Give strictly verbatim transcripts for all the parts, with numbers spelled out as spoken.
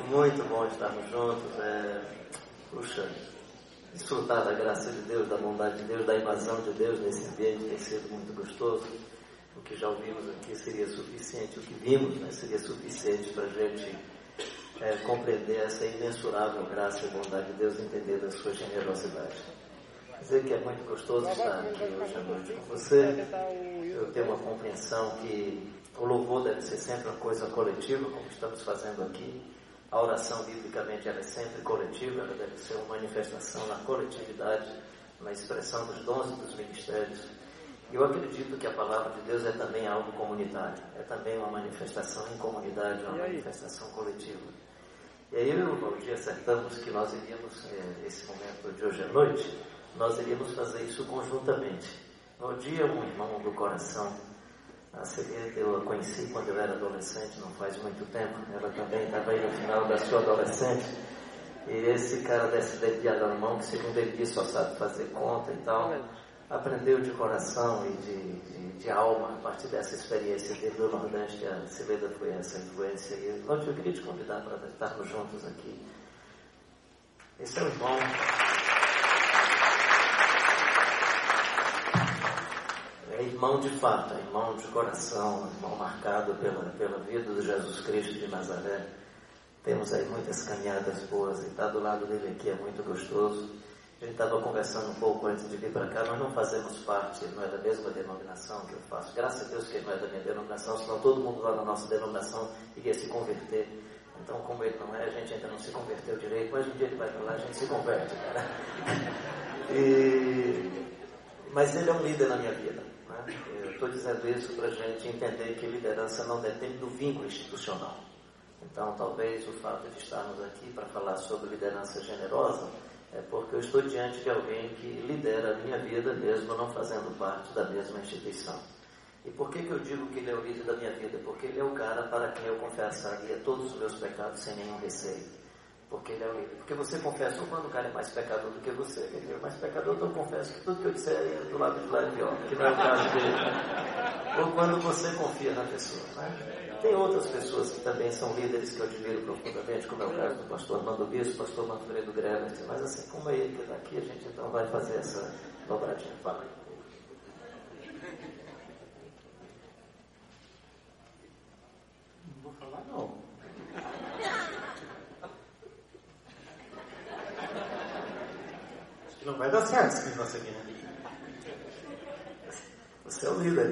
muito bom estarmos juntos. É, puxa, desfrutar da graça de Deus, da bondade de Deus, da invasão de Deus nesse ambiente tem sido muito gostoso. O que já ouvimos aqui seria suficiente, o que vimos, né, seria suficiente para a gente é, compreender essa imensurável graça e bondade de Deus, entender da sua generosidade. Dizer que é muito gostoso estar aqui hoje à noite com você. Eu tenho uma compreensão que o louvor deve ser sempre uma coisa coletiva, como estamos fazendo aqui. A oração, biblicamente, ela é sempre coletiva, ela deve ser uma manifestação na coletividade, na expressão dos dons e dos ministérios. E eu acredito que a palavra de Deus é também algo comunitário, é também uma manifestação em comunidade, uma manifestação coletiva. E aí eu e o Valdir acertamos que nós iríamos, esse momento de hoje à noite, nós iríamos fazer isso conjuntamente. No dia, um irmão do coração, a Celeda, eu a conheci quando eu era adolescente, não faz muito tempo. Ela também estava aí no final da sua adolescente. E esse cara desse dedilhado na mão, que segundo ele disse, só sabe fazer conta e tal, aprendeu de coração e de, de, de alma, a partir dessa experiência dele do Nordeste. A Celeda foi essa influência. E eu, eu queria te convidar para estarmos juntos aqui. Esse é o irmão... É irmão de fato, é irmão de coração, irmão marcado pela, pela vida de Jesus Cristo de Nazaré. Temos aí muitas caminhadas boas e estar do lado dele aqui é muito gostoso. A gente estava conversando um pouco antes de vir para cá, nós não fazemos parte, não é da mesma denominação que eu faço. Graças a Deus que ele não é da minha denominação, senão todo mundo lá na nossa denominação iria se converter. Então, como ele não é, a gente ainda não se converteu direito, mas um dia ele vai para lá, a gente se converte, cara. E... Mas ele é um líder na minha vida. Eu estou dizendo isso para a gente entender que liderança não depende do vínculo institucional. Então, talvez o fato de estarmos aqui para falar sobre liderança generosa é porque eu estou diante de alguém que lidera a minha vida mesmo não fazendo parte da mesma instituição. E por que que eu digo que ele é o líder da minha vida? Porque ele é o cara para quem eu confessaria todos os meus pecados sem nenhum receio. Porque ele é o líder. Porque você confessa, ou quando o cara é mais pecador do que você, ele é mais pecador, então eu confesso que tudo que eu disser é do lado de lá é pior, que não é o caso dele. Ou quando você confia na pessoa. Né? Tem outras pessoas que também são líderes que eu admiro profundamente, como é o caso do pastor Armando Bispo, pastor Manfredo Grevert, mas assim como é ele que está aqui, a gente então vai fazer essa dobradinha. Fala aí. Não vou falar não. Não vai dar certo esse negócio aqui, né? Você é o líder.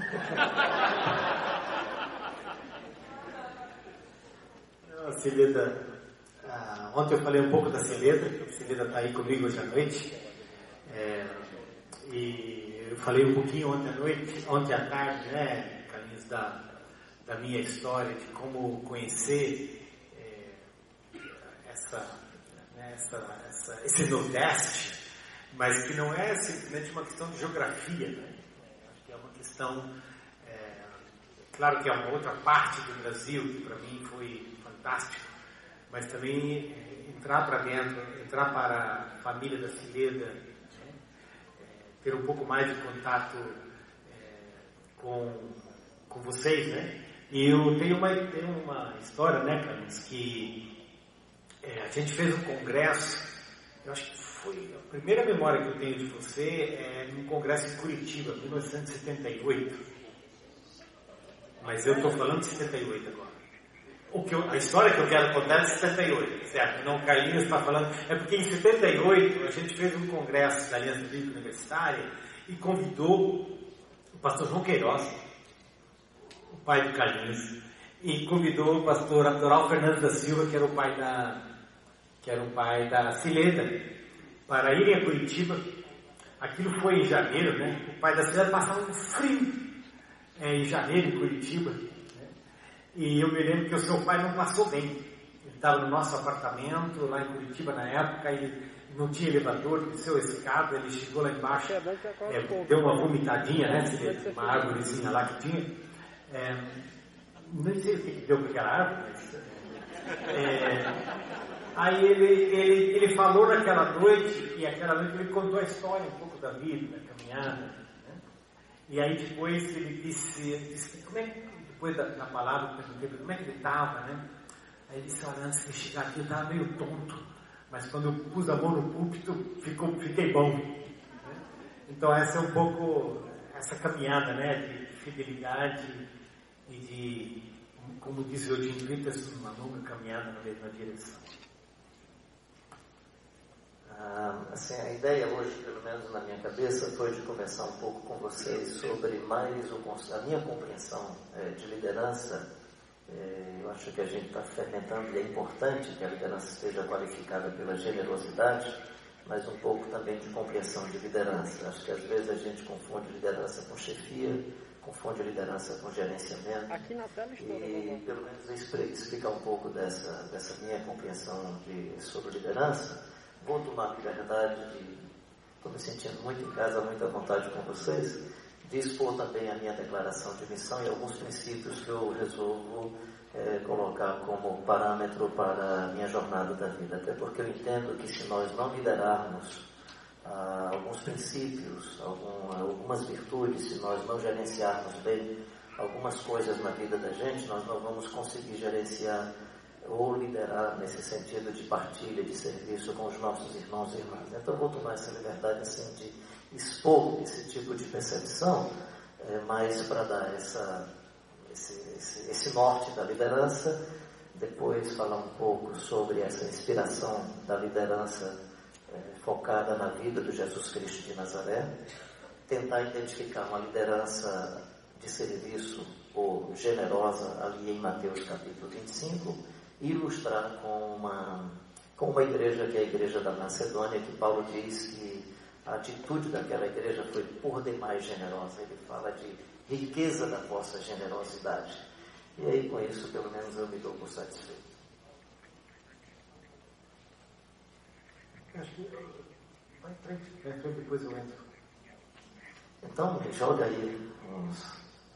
A Celeda, ah, ontem eu falei um pouco da Celeda, a Celeda está aí comigo hoje à noite. É, e eu falei um pouquinho ontem à noite, ontem à tarde, né, Carlinhos, da, da minha história, de como conhecer é, essa... Essa, essa, esse Nordeste, mas que não é simplesmente uma questão de geografia, né? Acho que é uma questão, é, claro que é uma outra parte do Brasil, que para mim foi fantástico, mas também é, entrar para dentro, entrar para a família da Celeda, né? É, ter um pouco mais de contato é, com, com vocês, né? E eu tenho uma, tenho uma história, né, Carlos, que É, a gente fez um congresso, eu acho que foi a primeira memória que eu tenho de você é num congresso em Curitiba, mil novecentos e setenta e oito. Mas eu estou falando de setenta e oito agora. O que eu, a história que eu quero contar é de setenta e oito, certo? Não, o Carlinhos está falando. É porque em setenta e oito a gente fez um congresso da Aliança Bíblica Universitária e convidou o pastor João Queiroz, o pai do Carlinhos, e convidou o pastor Abdoral Fernandes da Silva, que era o pai da... que era o pai da Celeda, para irem a Curitiba. Aquilo foi em janeiro, né? O pai da Celeda passava um frio é, em janeiro em Curitiba, né? E eu me lembro que o seu pai não passou bem. Ele estava no nosso apartamento lá em Curitiba na época, ele não tinha elevador, desceu a escada, ele chegou lá embaixo, é, deu uma vomitadinha, né? Uma árvorezinha lá que tinha. É, não sei o que deu para aquela árvore, mas... É, Aí ele, ele, ele falou naquela noite, e aquela noite ele contou a história um pouco da vida, da caminhada, né? E aí depois ele disse, disse como é que, depois da, da palavra, como é que ele estava, né? Aí ele disse, olha, antes de chegar aqui eu estava meio tonto, mas quando eu pus a mão no púlpito, ficou, fiquei bom. Então essa é um pouco, essa caminhada, né, de fidelidade e de, como diz o Eugene Peterson, uma longa caminhada na mesma direção. Ah, assim, a ideia hoje, pelo menos na minha cabeça, foi de conversar um pouco com vocês sobre mais o, a minha compreensão é, de liderança. É, eu acho que a gente está fermentando e é importante que a liderança esteja qualificada pela generosidade, mas um pouco também de compreensão de liderança. Acho que às vezes a gente confunde liderança com chefia, confunde liderança com gerenciamento. Aqui na tela estou, e pelo menos explicar um pouco dessa, dessa minha compreensão de, sobre liderança. Vou tomar a liberdade de, estou me sentindo muito em casa, muito à vontade com vocês, de expor também a minha declaração de missão e alguns princípios que eu resolvo é, colocar como parâmetro para a minha jornada da vida. Até porque eu entendo que se nós não liderarmos ah, alguns princípios, algum, algumas virtudes, se nós não gerenciarmos bem algumas coisas na vida da gente, nós não vamos conseguir gerenciar ou liderar nesse sentido de partilha, de serviço com os nossos irmãos e irmãs. Então, eu vou tomar essa liberdade assim, de expor esse tipo de percepção, é, mais para dar essa, esse, esse, esse norte da liderança, depois falar um pouco sobre essa inspiração da liderança é, focada na vida do Jesus Cristo de Nazaré, tentar identificar uma liderança de serviço ou generosa ali em Mateus capítulo vinte e cinco, e ilustrar com uma, com uma igreja que é a igreja da Macedônia, que Paulo diz que a atitude daquela igreja foi por demais generosa. Ele fala de riqueza da vossa generosidade. E aí com isso, pelo menos eu me dou por satisfeito. Acho que vai em frente, vai em frente, depois eu entro. Então, me joga aí uns...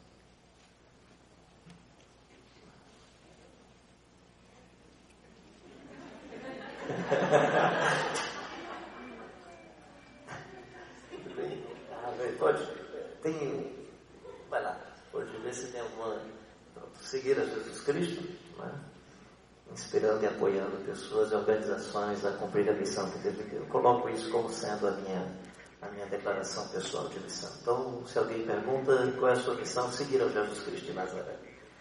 Pode, tem, vai lá, pode ver se tem alguma, seguir a Jesus Cristo, né? Inspirando e apoiando pessoas e organizações a cumprir a missão que Deus deu. Eu coloco isso como sendo a minha, a minha declaração pessoal de missão. Então, se alguém pergunta qual é a sua missão, seguir ao Jesus Cristo de Nazaré.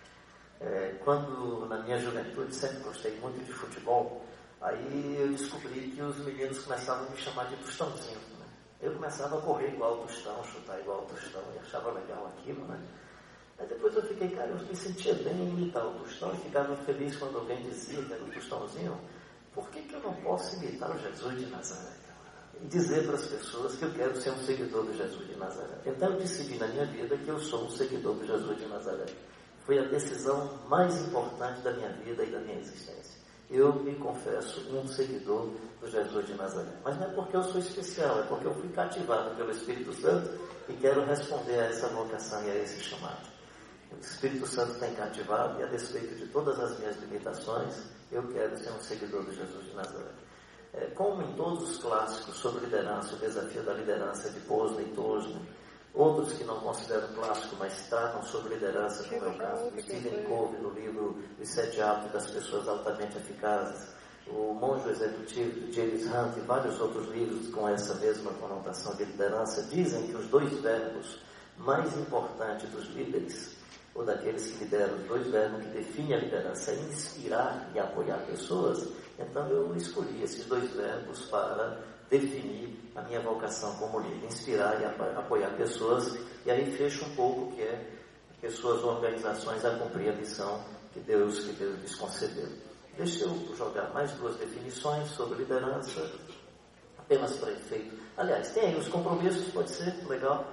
É, quando, na minha juventude, sempre gostei muito de futebol, aí eu descobri que os meninos começavam a me chamar de Tostãozinho, né? Eu começava a correr igual o Tostão, chutar igual o Tostão, e achava legal aquilo, né? Aí depois eu fiquei, cara, eu me sentia bem em imitar o Tostão, e ficava feliz quando alguém dizia que era o Tostãozinho. Por que que eu não posso imitar o Jesus de Nazaré? E dizer para as pessoas que eu quero ser um seguidor do Jesus de Nazaré. Então eu decidi na minha vida que eu sou um seguidor do Jesus de Nazaré. Foi a decisão mais importante da minha vida e da minha existência. Eu me confesso um seguidor do Jesus de Nazaré. Mas não é porque eu sou especial, é porque eu fui cativado pelo Espírito Santo e quero responder a essa vocação e a esse chamado. O Espírito Santo tem cativado e, a despeito de todas as minhas limitações, eu quero ser um seguidor do Jesus de Nazaré. É, como em todos os clássicos sobre liderança, o desafio da liderança de Posner e Tosner, outros que não consideram clássico, mas tratam sobre liderança, como é o caso do Stephen Covey, no livro Os Sete Hábitos das Pessoas Altamente Eficazes, o Monge Executivo de James Hunt e vários outros livros com essa mesma conotação de liderança, dizem que os dois verbos mais importantes dos líderes, ou daqueles que lideram, os dois verbos que definem a liderança, é inspirar e apoiar pessoas. Então eu escolhi esses dois verbos para definir a minha vocação como líder, inspirar e apoiar pessoas, e aí fecha um pouco que é pessoas ou organizações a cumprir a missão que Deus, que Deus lhes concedeu. Deixa eu jogar mais duas definições sobre liderança, apenas para efeito. Aliás, tem aí os compromissos, pode ser legal.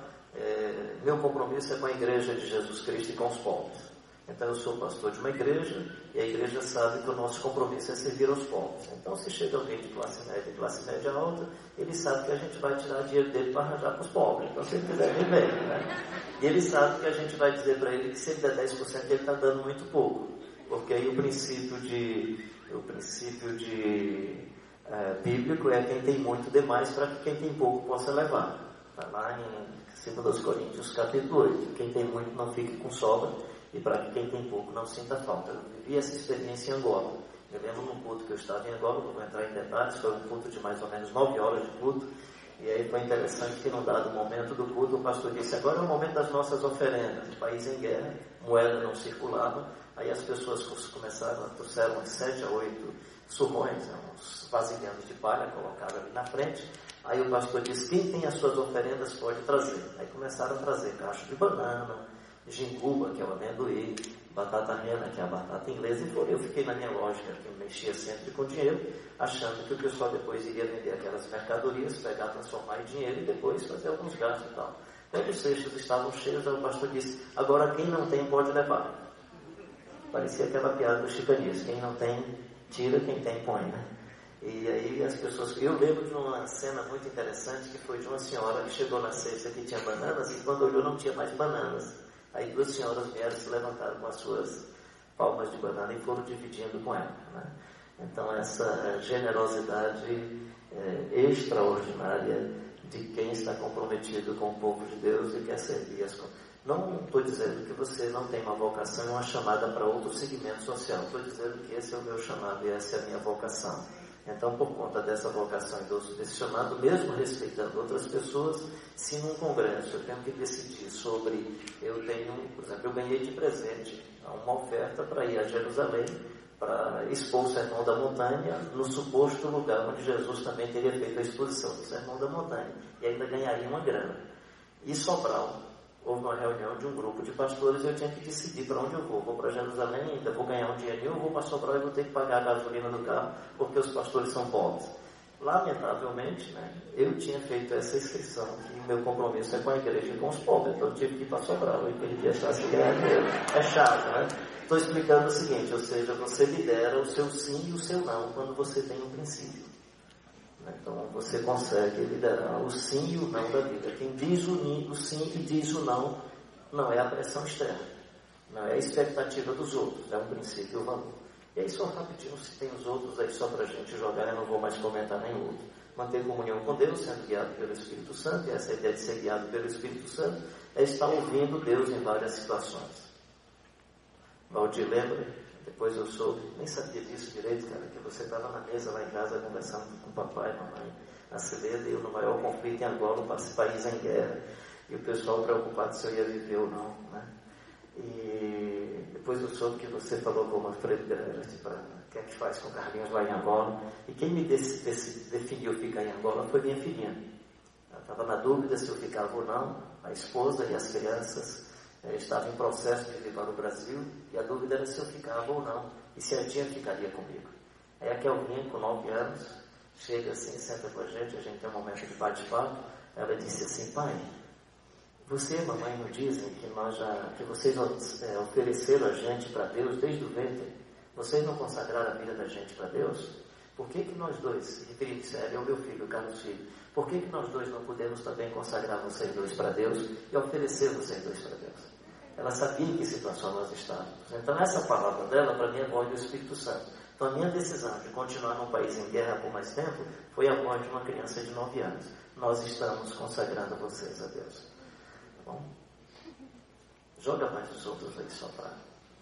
É, meu compromisso é com a igreja de Jesus Cristo e com os pobres. Então eu sou pastor de uma igreja e a igreja sabe que o nosso compromisso é servir aos pobres. Então se chega alguém de classe média e classe média alta, ele sabe que a gente vai tirar dinheiro dele para arranjar para os pobres. Então se ele quiser vir bem, né? E ele sabe que a gente vai dizer para ele que se ele der dez por cento ele está dando muito pouco. Porque aí o princípio de o princípio de é, bíblico é quem tem muito demais para que quem tem pouco possa levar. Está lá em dois Coríntios capítulo oito. Quem tem muito não fique com sobra, e para que quem tem pouco não sinta falta. Eu vivi essa experiência em Angola. Eu lembro num culto que eu estava em Angola, não vou entrar em detalhes, foi um culto de mais ou menos nove horas de culto, e aí foi interessante que num dado momento do culto o pastor disse: agora é o momento das nossas oferendas, o país em guerra, moeda não circulava, aí as pessoas começaram, trouxeram uns sete a oito surrões, uns vasilhames de palha, colocaram ali na frente. Aí o pastor disse: quem tem as suas oferendas pode trazer. Aí começaram a trazer caixa de banana, jinguba, que é o amendoim, batata rena, que é a batata inglesa, e foi. Eu fiquei na minha lógica, que mexia sempre com dinheiro, achando que o pessoal depois iria vender aquelas mercadorias, pegar, transformar em dinheiro e depois fazer alguns gastos e tal. Quando os cestos estavam cheios, aí o pastor disse: agora quem não tem pode levar. Parecia aquela piada do chicanismo: quem não tem, tira, quem tem, põe, né? E aí as pessoas... Eu lembro de uma cena muito interessante, que foi de uma senhora que chegou na cesta que tinha bananas, e quando olhou não tinha mais bananas. Aí duas senhoras vieram, se levantaram com as suas palmas de banana e foram dividindo com ela, né? Então essa generosidade é, extraordinária de quem está comprometido com o povo de Deus e quer servir as coisas. Não estou dizendo que você não tem uma vocação e uma chamada para outro segmento social. Estou dizendo que esse é o meu chamado e essa é a minha vocação. Então, por conta dessa vocação e desse chamado, mesmo respeitando outras pessoas, se num congresso eu tenho que decidir sobre... Eu tenho, por exemplo, eu ganhei de presente uma oferta para ir a Jerusalém, para expor o Sermão da Montanha, no suposto lugar onde Jesus também teria feito a exposição do Sermão da Montanha, e ainda ganharia uma grana. E Sobral, houve uma reunião de um grupo de pastores e eu tinha que decidir para onde eu vou. Vou para Jerusalém ainda, vou ganhar um dinheirinho, ou vou para Sobral e vou ter que pagar a gasolina do carro, porque os pastores são pobres. Lamentavelmente, né, eu tinha feito essa inscrição, que o meu compromisso é com a igreja e com os pobres, então eu tive que ir para Sobral, e perdi a chance de ganhar dinheiro. É chato, né? Estou explicando o seguinte, ou seja, você lidera o seu sim e o seu não, quando você tem um princípio. Então você consegue liderar o sim e o não da vida. Quem diz o, o sim e diz o não, não é a pressão externa, não é a expectativa dos outros, é um princípio e um valor. E aí só rapidinho, se tem os outros aí só para a gente jogar, eu não vou mais comentar nenhum outro. Manter comunhão com Deus, sendo guiado pelo Espírito Santo, e essa ideia de ser guiado pelo Espírito Santo é estar ouvindo Deus em várias situações. Valdir, lembra? Depois eu soube, nem sabia disso direito, cara, que você estava na mesa lá em casa conversando com o papai e mamãe, na Celeda, e eu no maior conflito em Angola, o país em guerra, e o pessoal preocupado se eu ia viver ou não, né? E depois eu soube que você falou com o Manfredo Guerreiro, tipo, o que é que faz com o Carlinhos lá em Angola? E quem me desse, desse, definiu ficar em Angola foi minha filhinha. Ela estava na dúvida se eu ficava ou não, a esposa e as crianças. Eu estava em processo de vir para o Brasil e a dúvida era se eu ficava ou não e se a tia ficaria comigo. Aí a Kelvinha, com nove anos, chega assim, senta com a gente, a gente tem um momento de bate-papo. Ela disse assim: pai, você e a mamãe nos dizem que, nós já, que vocês é, ofereceram a gente para Deus desde o ventre. Vocês não consagraram a vida da gente para Deus? Por que que nós dois, referindo-se a ela e ao meu filho, o Carlos Filho, por que que nós dois não podemos também consagrar vocês dois para Deus e oferecer vocês dois para Deus? Ela sabia em que situação nós estávamos. Então essa palavra dela, para mim, é a voz do Espírito Santo. Então a minha decisão de continuar num país em guerra por mais tempo foi a voz de uma criança de nove anos. Nós estamos consagrando vocês a Deus. Tá bom? Joga mais os outros aí só para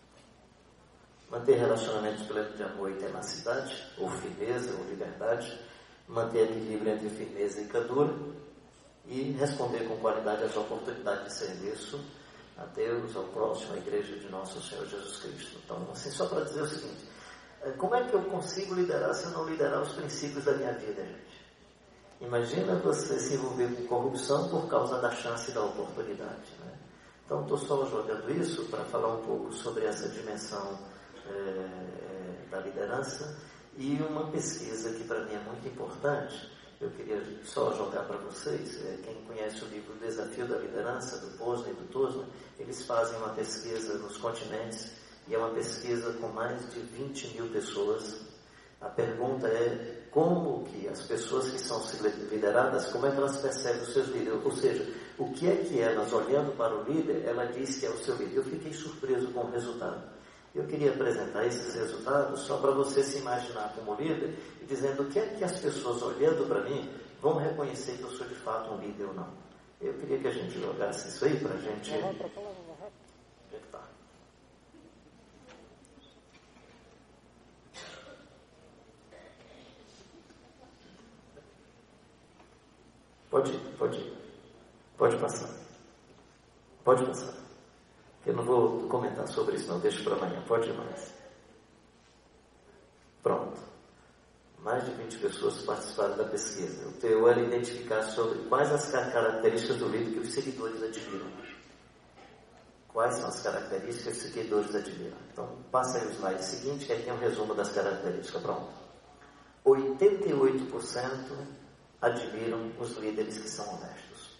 manter relacionamentos plenos de amor e tenacidade, ou firmeza, ou liberdade, manter equilíbrio entre firmeza e candura, e responder com qualidade às oportunidades de serviço a Deus, ao próximo, à igreja de nosso Senhor Jesus Cristo. Então, assim, só para dizer o seguinte: como é que eu consigo liderar se eu não liderar os princípios da minha vida, gente? Imagina você se envolver com corrupção por causa da chance e da oportunidade, né? Então, estou só jogando isso para falar um pouco sobre essa dimensão é, da liderança e uma pesquisa que para mim é muito importante. Eu queria só jogar para vocês, é, quem conhece o livro Desafio da Liderança, do Posner e do Tosner, eles fazem uma pesquisa nos continentes, e é uma pesquisa com mais de vinte mil pessoas. A pergunta é como que as pessoas que são lideradas, como é que elas percebem os seus líderes? Ou seja, o que é que elas, olhando para o líder, ela diz que é o seu líder. Eu fiquei surpreso com o resultado. Eu queria apresentar esses resultados só para você se imaginar como líder e dizendo o que é que as pessoas olhando para mim vão reconhecer que eu sou de fato um líder ou não. Eu queria que a gente jogasse isso aí para a gente... Onde é que tá? Pode ir, pode ir. Pode passar. Pode passar. Eu não vou comentar sobre isso, não. Deixa para amanhã. Pode ir mais. Pronto. Mais de vinte pessoas participaram da pesquisa. O teu era identificar sobre quais as características do líder que os seguidores admiram. Quais são as características que os seguidores admiram. Então, passa aí o slide seguinte, que aí tem um resumo das características. Pronto. oitenta e oito por cento admiram os líderes que são honestos.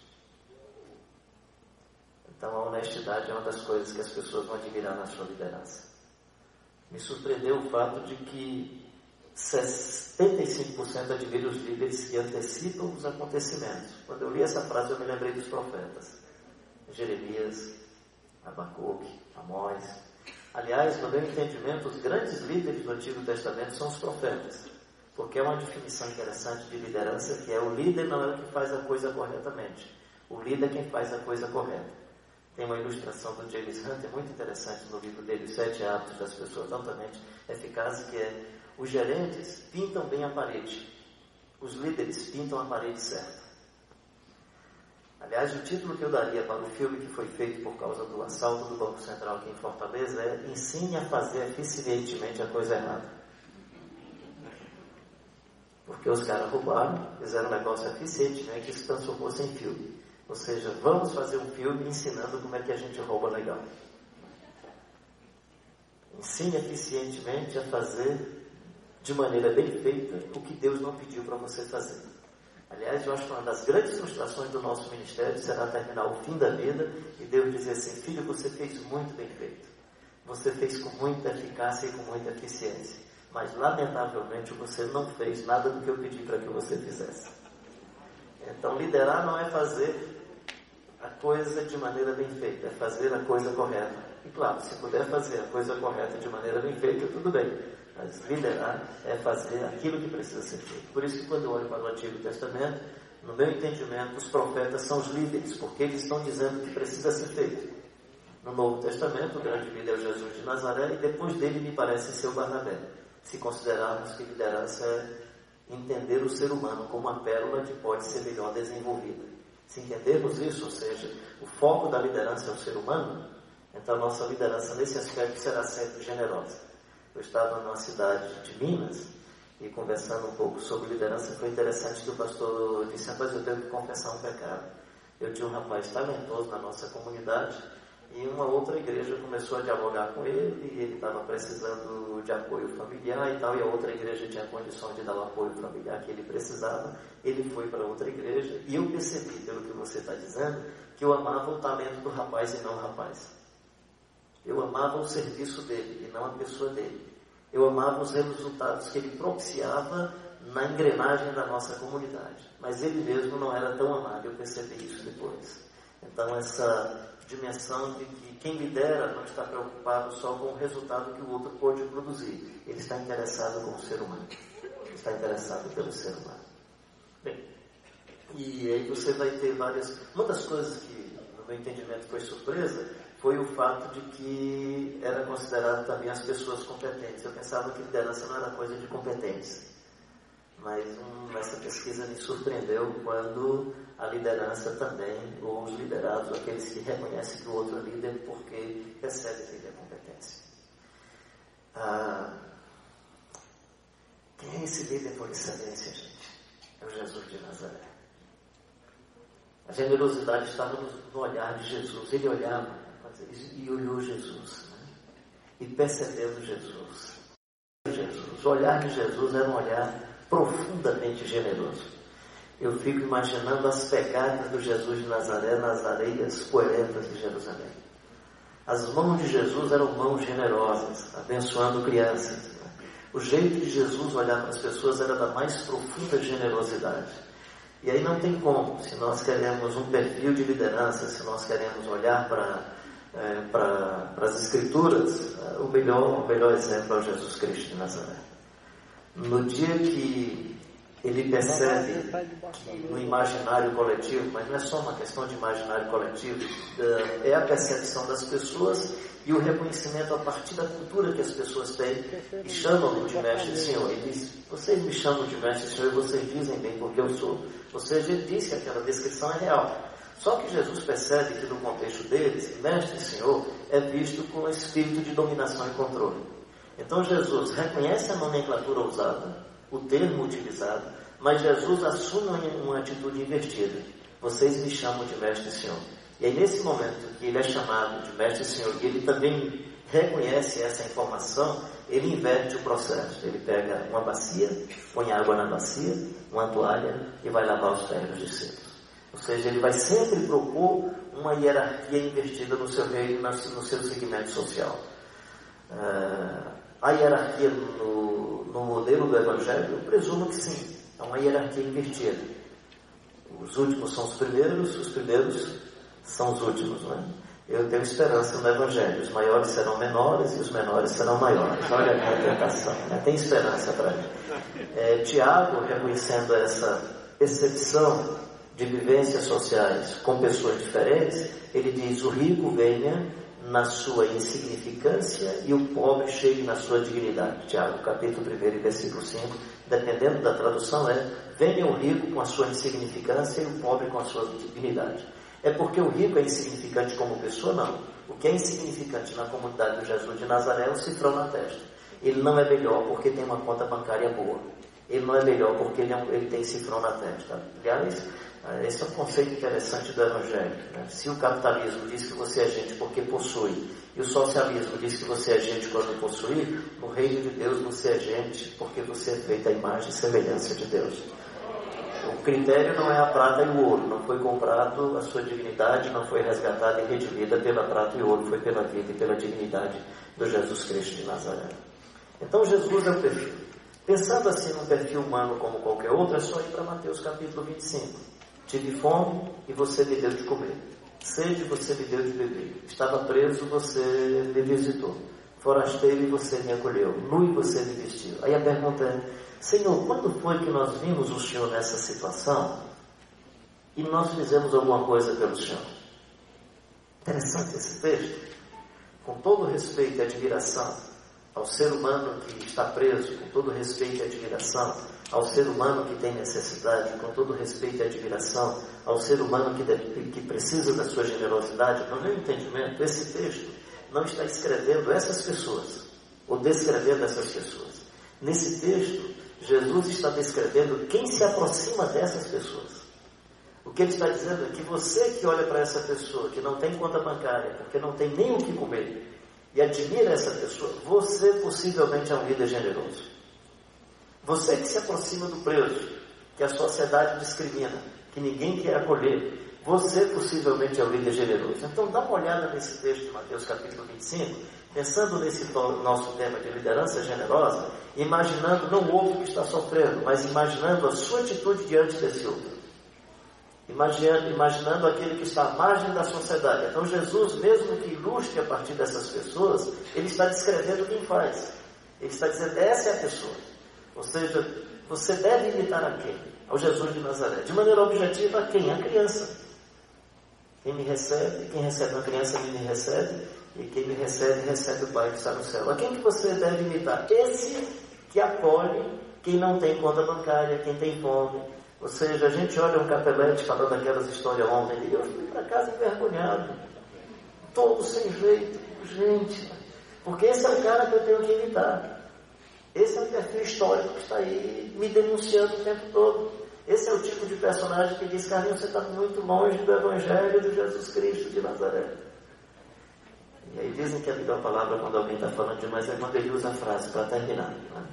Então, a honestidade é uma das coisas que as pessoas vão admirar na sua liderança. Me surpreendeu o fato de que setenta e cinco por cento admiram os líderes que antecipam os acontecimentos. Quando eu li essa frase, eu me lembrei dos profetas. Jeremias, Abacuque, Amós. Aliás, no meu entendimento, os grandes líderes do Antigo Testamento são os profetas. Porque é uma definição interessante de liderança, que é o líder não é o que faz a coisa corretamente. O líder é quem faz a coisa correta. Tem uma ilustração do James Hunter muito interessante no livro dele, Os Sete Hábitos das Pessoas Altamente Eficazes, que é: os gerentes pintam bem a parede, os líderes pintam a parede certa. Aliás, o título que eu daria para o filme que foi feito por causa do assalto do Banco Central aqui em Fortaleza é: ensine a fazer eficientemente a coisa errada. Porque os caras roubaram, fizeram um negócio eficientemente e se transformou-se em filme. Ou seja, vamos fazer um filme ensinando como é que a gente rouba legal. Ensine eficientemente a fazer de maneira bem feita o que Deus não pediu para você fazer. Aliás, eu acho que uma das grandes frustrações do nosso ministério será terminar o fim da vida e Deus dizer assim: filho, você fez muito bem feito. Você fez com muita eficácia e com muita eficiência. Mas, lamentavelmente, você não fez nada do que eu pedi para que você fizesse. Então, liderar não é fazer a coisa de maneira bem feita, é fazer a coisa correta. E, claro, se puder fazer a coisa correta de maneira bem feita, tudo bem. Mas liderar é fazer aquilo que precisa ser feito. Por isso que, quando eu olho para o Antigo Testamento, no meu entendimento, os profetas são os líderes, porque eles estão dizendo o que precisa ser feito. No Novo Testamento, o grande líder é o Jesus de Nazaré, e depois dele me parece ser o Barnabé. Se considerarmos que liderança é entender o ser humano como uma pérola que pode ser melhor desenvolvida. Se entendermos isso, ou seja, o foco da liderança é o ser humano, então a nossa liderança nesse aspecto será sempre generosa. Eu estava numa cidade de Minas e conversando um pouco sobre liderança, foi interessante que o pastor disse: rapaz, eu tenho que confessar um pecado. Eu tinha um rapaz talentoso na nossa comunidade e uma outra igreja começou a dialogar com ele e ele estava precisando de apoio familiar e tal, e a outra igreja tinha condição de dar o apoio familiar que ele precisava. Ele foi para outra igreja e eu percebi, pelo que você está dizendo, que eu amava o talento do rapaz e não o rapaz. Eu amava o serviço dele e não a pessoa dele. Eu amava os resultados que ele propiciava na engrenagem da nossa comunidade. Mas ele mesmo não era tão amado, eu percebi isso depois. Então essa dimensão de que quem lidera não está preocupado só com o resultado que o outro pode produzir. Ele está interessado com o ser humano. Ele está interessado pelo ser humano. Bem, e aí você vai ter várias... Uma das coisas que, no meu entendimento, foi surpresa, foi o fato de que era considerado também as pessoas competentes. Eu pensava que liderança não era coisa de competência. Mas hum, essa pesquisa me surpreendeu quando a liderança também, ou os liderados, aqueles que reconhecem que o outro é líder porque percebe que ele é competência. Ah, quem é esse líder por excelência, gente? É o Jesus de Nazaré. A generosidade estava no olhar de Jesus. Ele olhava e olhou Jesus, né? E percebendo Jesus. Jesus. O olhar de Jesus era um olhar profundamente generoso. Eu fico imaginando as pegadas do Jesus de Nazaré nas areias poetas de Jerusalém. As mãos de Jesus eram mãos generosas, abençoando crianças. O jeito de Jesus olhar para as pessoas era da mais profunda generosidade. E aí não tem como, se nós queremos um perfil de liderança, se nós queremos olhar para, é, para, para as Escrituras, o melhor, o melhor exemplo é o Jesus Cristo de Nazaré. No dia que ele percebe que no imaginário coletivo, mas não é só uma questão de imaginário coletivo, é a percepção das pessoas e o reconhecimento a partir da cultura que as pessoas têm e chamam-no de mestre e senhor. Ele diz, vocês me chamam de mestre e senhor e vocês dizem bem porque eu sou. Ou seja, ele disse que aquela descrição é real. Só que Jesus percebe que no contexto deles, mestre e senhor é visto com espírito de dominação e controle. Então Jesus reconhece a nomenclatura usada, o termo utilizado, mas Jesus assume uma atitude invertida. Vocês me chamam de mestre e senhor. E aí nesse momento que ele é chamado de mestre e senhor, e ele também reconhece essa informação, ele inverte o processo. Ele pega uma bacia, põe água na bacia, uma toalha e vai lavar os pés dos discípulos. Ou seja, ele vai sempre propor uma hierarquia invertida no seu reino, no seu segmento social. Uh, a hierarquia no, no modelo do Evangelho, eu presumo que sim, é uma hierarquia invertida. Os últimos são os primeiros, os primeiros são os últimos, não é? Eu tenho esperança no Evangelho, os maiores serão menores e os menores serão maiores. Olha a minha tentação, né? Tem esperança para mim. É, Tiago, reconhecendo essa percepção de vivências sociais com pessoas diferentes, ele diz, o rico venha na sua insignificância e o pobre chegue na sua dignidade. Tiago, capítulo um, versículo cinco, dependendo da tradução, é, venha o rico com a sua insignificância e o pobre com a sua dignidade. É porque o rico é insignificante como pessoa? Não. O que é insignificante na comunidade do Jesus de Nazaré é o cifrão na testa. Ele não é melhor porque tem uma conta bancária boa. Ele não é melhor porque ele, é um, ele tem cifrão na testa. Aliás, esse é um conceito interessante do Evangelho, né? Se o capitalismo diz que você é gente porque possui, e o socialismo diz que você é gente quando possui, no reino de Deus você é gente porque você é feita à imagem e semelhança de Deus. O critério não é a prata e o ouro, não foi comprado a sua dignidade, não foi resgatada e redimida pela prata e ouro, foi pela vida e pela dignidade do Jesus Cristo de Nazaré. Então Jesus é o perfil. Pensando assim num perfil humano como qualquer outro, é só ir para Mateus capítulo vinte e cinco. Tive fome e você me deu de comer. Sede, você me deu de beber. Estava preso, você me visitou. Forasteiro e você me acolheu. Nu e você me vestiu. Aí a pergunta é, Senhor, quando foi que nós vimos o Senhor nessa situação e nós fizemos alguma coisa pelo Senhor? Interessante esse texto. Com todo respeito e admiração ao ser humano que está preso, com todo respeito e admiração ao ser humano que tem necessidade, com todo respeito e admiração ao ser humano que, deve, que precisa da sua generosidade, no meu entendimento, esse texto não está escrevendo essas pessoas, ou descrevendo essas pessoas. Nesse texto, Jesus está descrevendo quem se aproxima dessas pessoas. O que ele está dizendo é que você que olha para essa pessoa, que não tem conta bancária, porque não tem nem o que comer, e admira essa pessoa, você possivelmente é um líder generoso. Você que se aproxima do preso, que a sociedade discrimina, que ninguém quer acolher, você possivelmente é um líder generoso. Então dá uma olhada nesse texto de Mateus capítulo vinte e cinco, pensando nesse nosso tema de liderança generosa, imaginando não o outro que está sofrendo, mas imaginando a sua atitude diante desse outro. Imaginando, imaginando aquele que está à margem da sociedade. Então Jesus, mesmo que ilustre a partir dessas pessoas, ele está descrevendo quem faz. Ele está dizendo, essa é a pessoa. Ou seja, você deve imitar a quem? Ao Jesus de Nazaré. De maneira objetiva, a quem? A criança. Quem me recebe, quem recebe uma criança me recebe, e quem me recebe, recebe o Pai que está no céu. A quem que você deve imitar? Esse que acolhe quem não tem conta bancária, quem tem fome. Ou seja, a gente olha um capelete falando aquelas histórias ontem, e eu fui para casa envergonhado, todo sem jeito, gente, porque esse é o cara que eu tenho que imitar. Esse é o perfil histórico que está aí me denunciando o tempo todo. Esse é o tipo de personagem que diz, Carlinhos, você está muito longe do Evangelho de Jesus Cristo de Nazaré. E aí dizem que a melhor palavra quando alguém está falando demais é quando ele usa a frase para terminar. Né?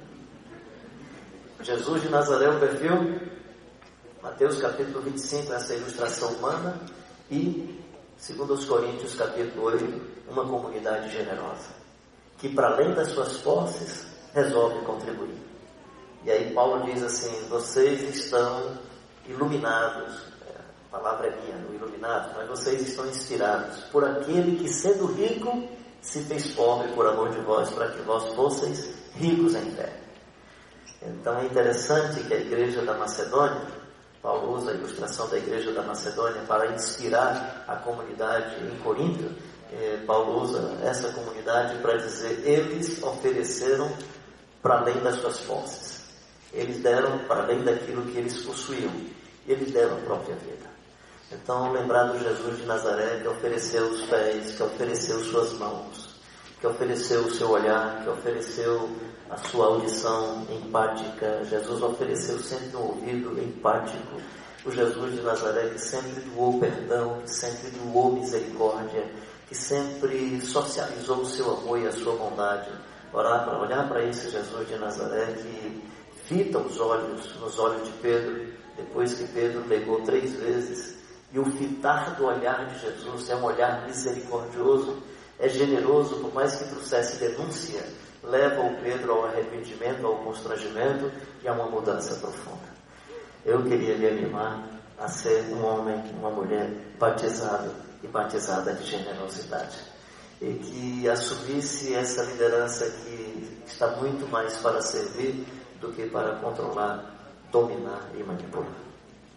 Jesus de Nazaré é o perfil, Mateus capítulo vinte e cinco, essa ilustração humana, e segundo os Coríntios capítulo oito, uma comunidade generosa, que para além das suas posses, resolve contribuir. E aí Paulo diz assim, vocês estão iluminados, a palavra é minha, não iluminados, mas vocês estão inspirados por aquele que sendo rico, se fez pobre por amor de vós, para que vós fosseis ricos em fé. Então é interessante que a igreja da Macedônia, Paulo usa a ilustração da igreja da Macedônia para inspirar a comunidade em Corinto. eh, Paulo usa essa comunidade para dizer: eles ofereceram para além das suas posses, eles deram para além daquilo que eles possuíam, eles deram a própria vida. Então, lembrar do Jesus de Nazaré, que ofereceu os pés, que ofereceu suas mãos, que ofereceu o seu olhar, que ofereceu a sua audição empática. Jesus ofereceu sempre um ouvido empático. O Jesus de Nazaré, que sempre doou perdão, que sempre doou misericórdia, que sempre socializou o seu amor e a sua bondade. Orar para olhar para esse Jesus de Nazaré que fita os olhos nos olhos de Pedro, depois que Pedro negou três vezes. E o fitar do olhar de Jesus é um olhar misericordioso, é generoso, por mais que trouxesse denúncia, leva o Pedro ao arrependimento, ao constrangimento e a uma mudança profunda. Eu queria lhe animar a ser um homem, uma mulher batizado e batizada de generosidade, e que assumisse essa liderança que está muito mais para servir do que para controlar, dominar e manipular.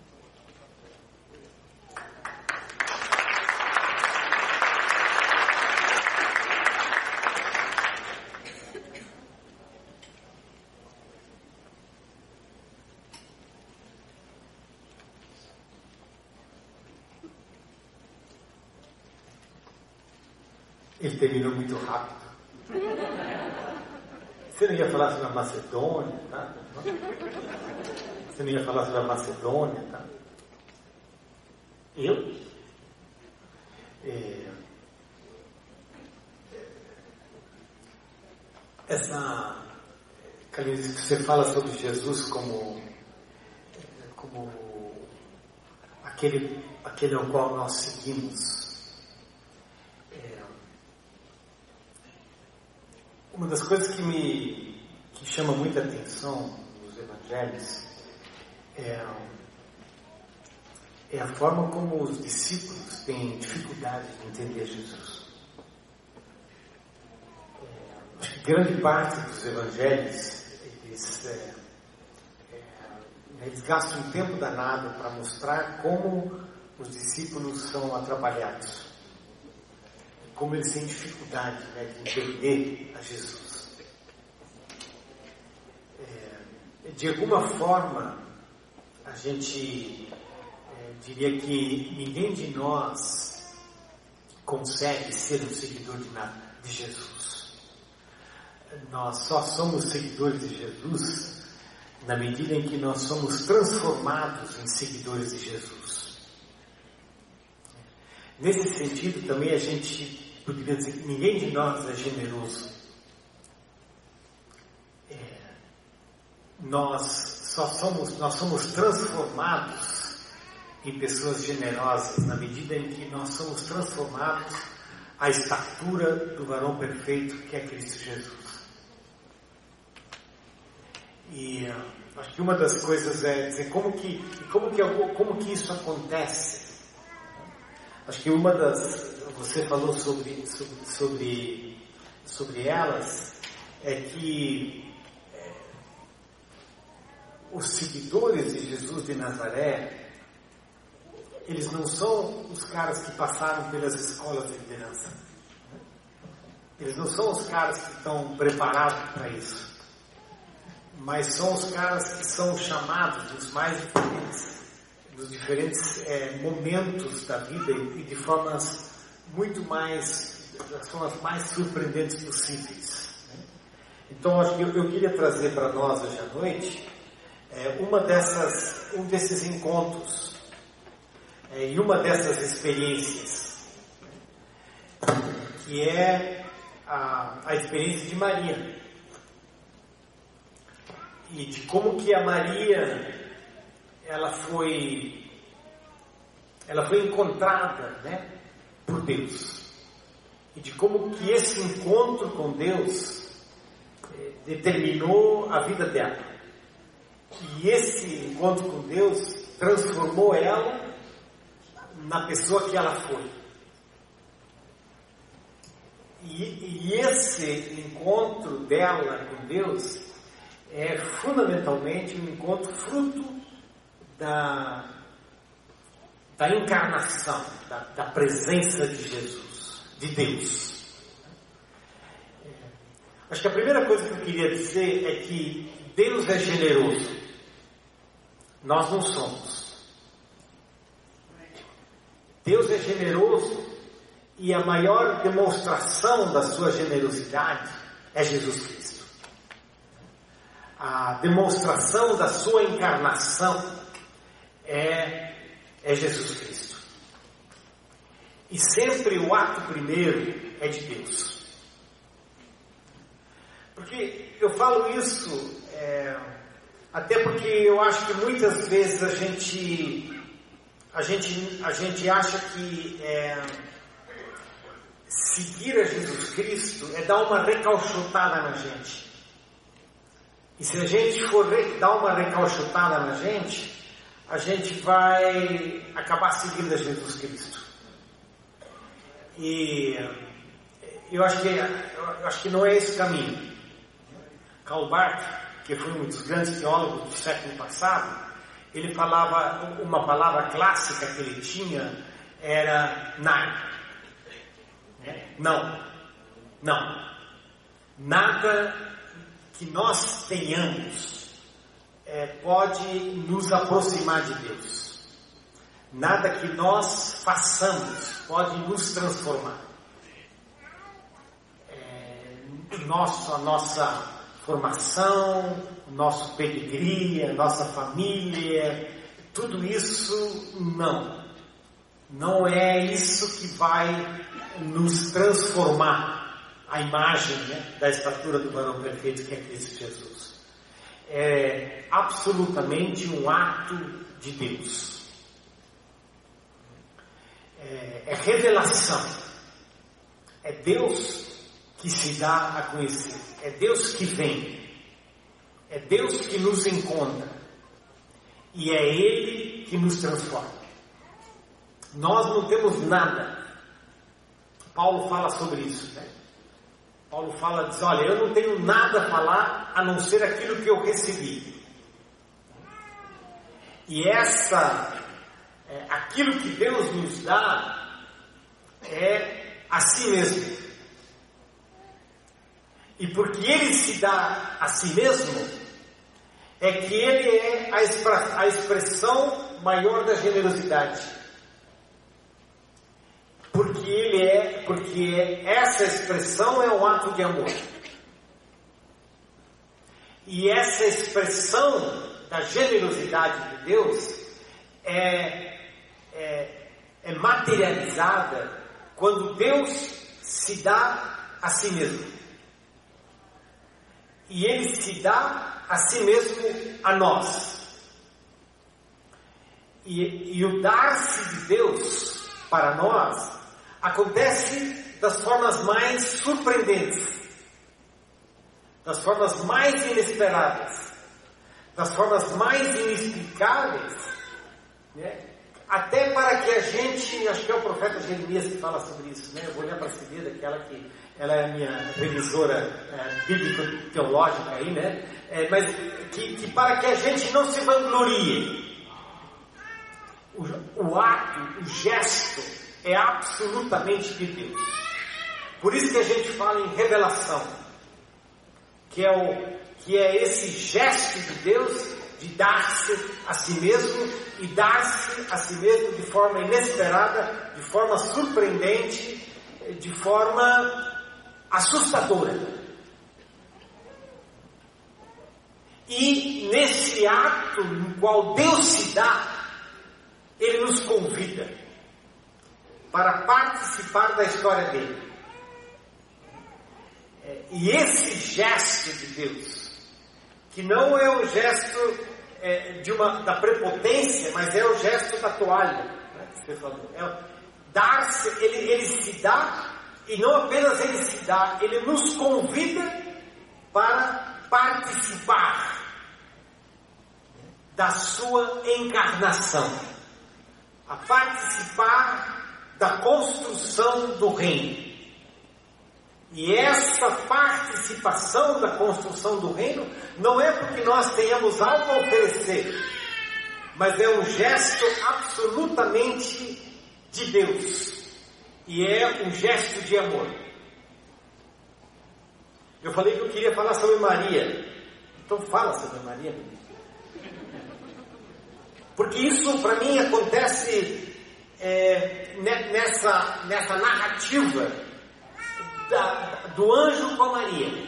Ele terminou muito rápido. Você não ia falar sobre a Macedônia, tá? Você não ia falar sobre a Macedônia, tá? Eu? É... Essa... que você fala sobre Jesus como... como aquele, aquele ao qual nós seguimos. Uma das coisas que me que chama muita atenção nos evangelhos é, é a forma como os discípulos têm dificuldade de entender Jesus. É, acho que grande parte dos evangelhos eles, é, é, eles gastam um tempo danado para mostrar como os discípulos são atrapalhados, como eles têm dificuldade, né, de entender a Jesus. É, de alguma forma, a gente é, diria que ninguém de nós consegue ser um seguidor de, de Jesus. Nós só somos seguidores de Jesus na medida em que nós somos transformados em seguidores de Jesus. Nesse sentido, também a gente poderia dizer que ninguém de nós é generoso. É, nós só somos, nós somos transformados em pessoas generosas na medida em que nós somos transformados à estatura do varão perfeito que é Cristo Jesus. E uh, acho que uma das coisas é dizer como que, como que, como que isso acontece. Acho que uma das... Você falou sobre, sobre, sobre, sobre elas, é que é, os seguidores de Jesus de Nazaré, eles não são os caras que passaram pelas escolas de liderança. Eles não são os caras que estão preparados para isso. Mas são os caras que são chamados dos mais diferentes, dos diferentes é, momentos da vida e de formas muito mais, das formas mais surpreendentes possíveis. Então, acho que eu, eu queria trazer para nós hoje à noite é, uma dessas, um desses encontros é, e uma dessas experiências, que é a, a experiência de Maria. E de como que a Maria, ela foi, ela foi encontrada, né, por Deus. E de como que esse encontro com Deus eh, determinou a vida dela. E esse encontro com Deus transformou ela na pessoa que ela foi. E, e esse encontro dela com Deus é fundamentalmente um encontro fruto da, da encarnação, da, da presença de Jesus, de Deus. É, acho que a primeira coisa que eu queria dizer é que Deus é generoso. Nós não somos. Deus é generoso e a maior demonstração da sua generosidade é Jesus Cristo. A demonstração da sua encarnação é, é Jesus Cristo. E sempre o ato primeiro é de Deus. Porque eu falo isso, é, até porque eu acho que muitas vezes a gente, a gente, a gente acha que é, seguir a Jesus Cristo é dar uma recalchutada na gente. E se a gente for dar uma recalchutada na gente, a gente vai acabar seguindo a Jesus Cristo. E eu acho que, eu acho que não é esse o caminho. Karl Barth, que foi um dos grandes teólogos do século passado, ele falava, uma palavra clássica que ele tinha era nein. Não, não, nada que nós tenhamos é, pode nos aproximar de Deus. Nada que nós façamos pode nos transformar. É, nosso, a nossa formação, nosso pedigree, a nossa família, tudo isso não. Não é isso que vai nos transformar a imagem, né, da estatura do varão perfeito que é Cristo Jesus. É absolutamente um ato de Deus. É, é revelação. É Deus que se dá a conhecer. É Deus que vem. É Deus que nos encontra. E é Ele que nos transforma. Nós não temos nada. Paulo fala sobre isso, né? Paulo fala, diz, olha, eu não tenho nada a falar a não ser aquilo que eu recebi. E essa, é, aquilo que Deus nos dá é a si mesmo. E porque Ele se dá a si mesmo, é que Ele é a, expra- a expressão maior da generosidade. Porque ele é, porque essa expressão é um ato de amor. E essa expressão da generosidade de Deus é, é, é materializada quando Deus se dá a si mesmo. E Ele se dá a si mesmo a nós. E, e o dar-se de Deus para nós acontece das formas mais surpreendentes, das formas mais inesperadas, das formas mais inexplicáveis, né? Até para que a gente, acho que é o profeta Jeremias que fala sobre isso, né? Eu vou olhar para a Cibeda, que ela, que ela é a minha revisora é, bíblico-teológica aí, né? É, mas que, que para que a gente não se vanglorie, o, o ato, o gesto é absolutamente de Deus. Por isso que a gente fala em revelação, que é, o, que é esse gesto de Deus de dar-se a si mesmo e dar-se a si mesmo de forma inesperada, de forma surpreendente, de forma assustadora. E nesse ato no qual Deus se dá, Ele nos convida para participar da história dele. E esse gesto de Deus, que não é um gesto é, de uma, da prepotência, mas é o gesto da toalha, né, que você falou. É, dar-se, ele, ele se dá, e não apenas ele se dá, ele nos convida para participar da sua encarnação, a participar da construção do reino. E essa participação da construção do reino não é porque nós tenhamos algo a oferecer, mas é um gesto absolutamente de Deus, e é um gesto de amor. Eu falei que eu queria falar sobre Maria, então fala sobre Maria, porque isso para mim acontece é, nessa, nessa narrativa da, do anjo com a Maria.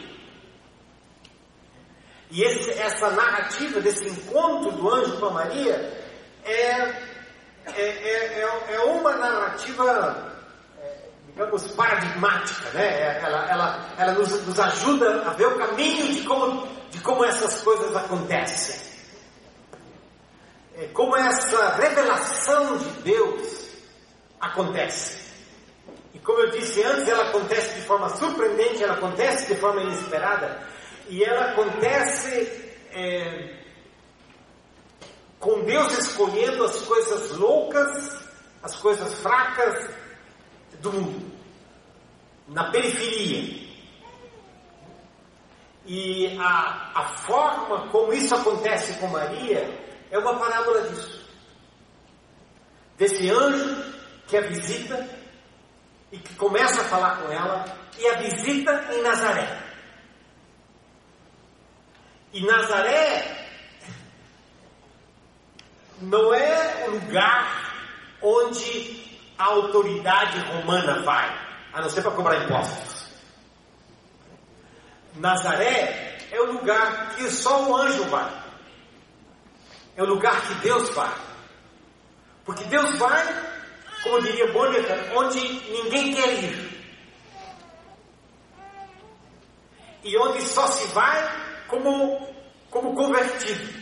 E esse, essa narrativa desse encontro do anjo com a Maria é, é, é, é uma narrativa, é, digamos, paradigmática, né? Ela, ela, ela nos, nos ajuda a ver o caminho de como, de como essas coisas acontecem. É, como essa revelação de Deus acontece. E como eu disse antes, ela acontece de forma surpreendente, ela acontece de forma inesperada. E ela acontece é, com Deus escolhendo as coisas loucas, as coisas fracas do mundo, na periferia. E a, a forma como isso acontece com Maria é uma parábola disso. Desse anjo que a visita e que começa a falar com ela e a visita em Nazaré. E Nazaré não é o lugar onde a autoridade romana vai, a não ser para cobrar impostos. Nazaré é o lugar que só o anjo vai. É o lugar que Deus vai. Porque Deus vai, como diria Bonhoeffer, onde ninguém quer ir. E onde só se vai como, como convertido,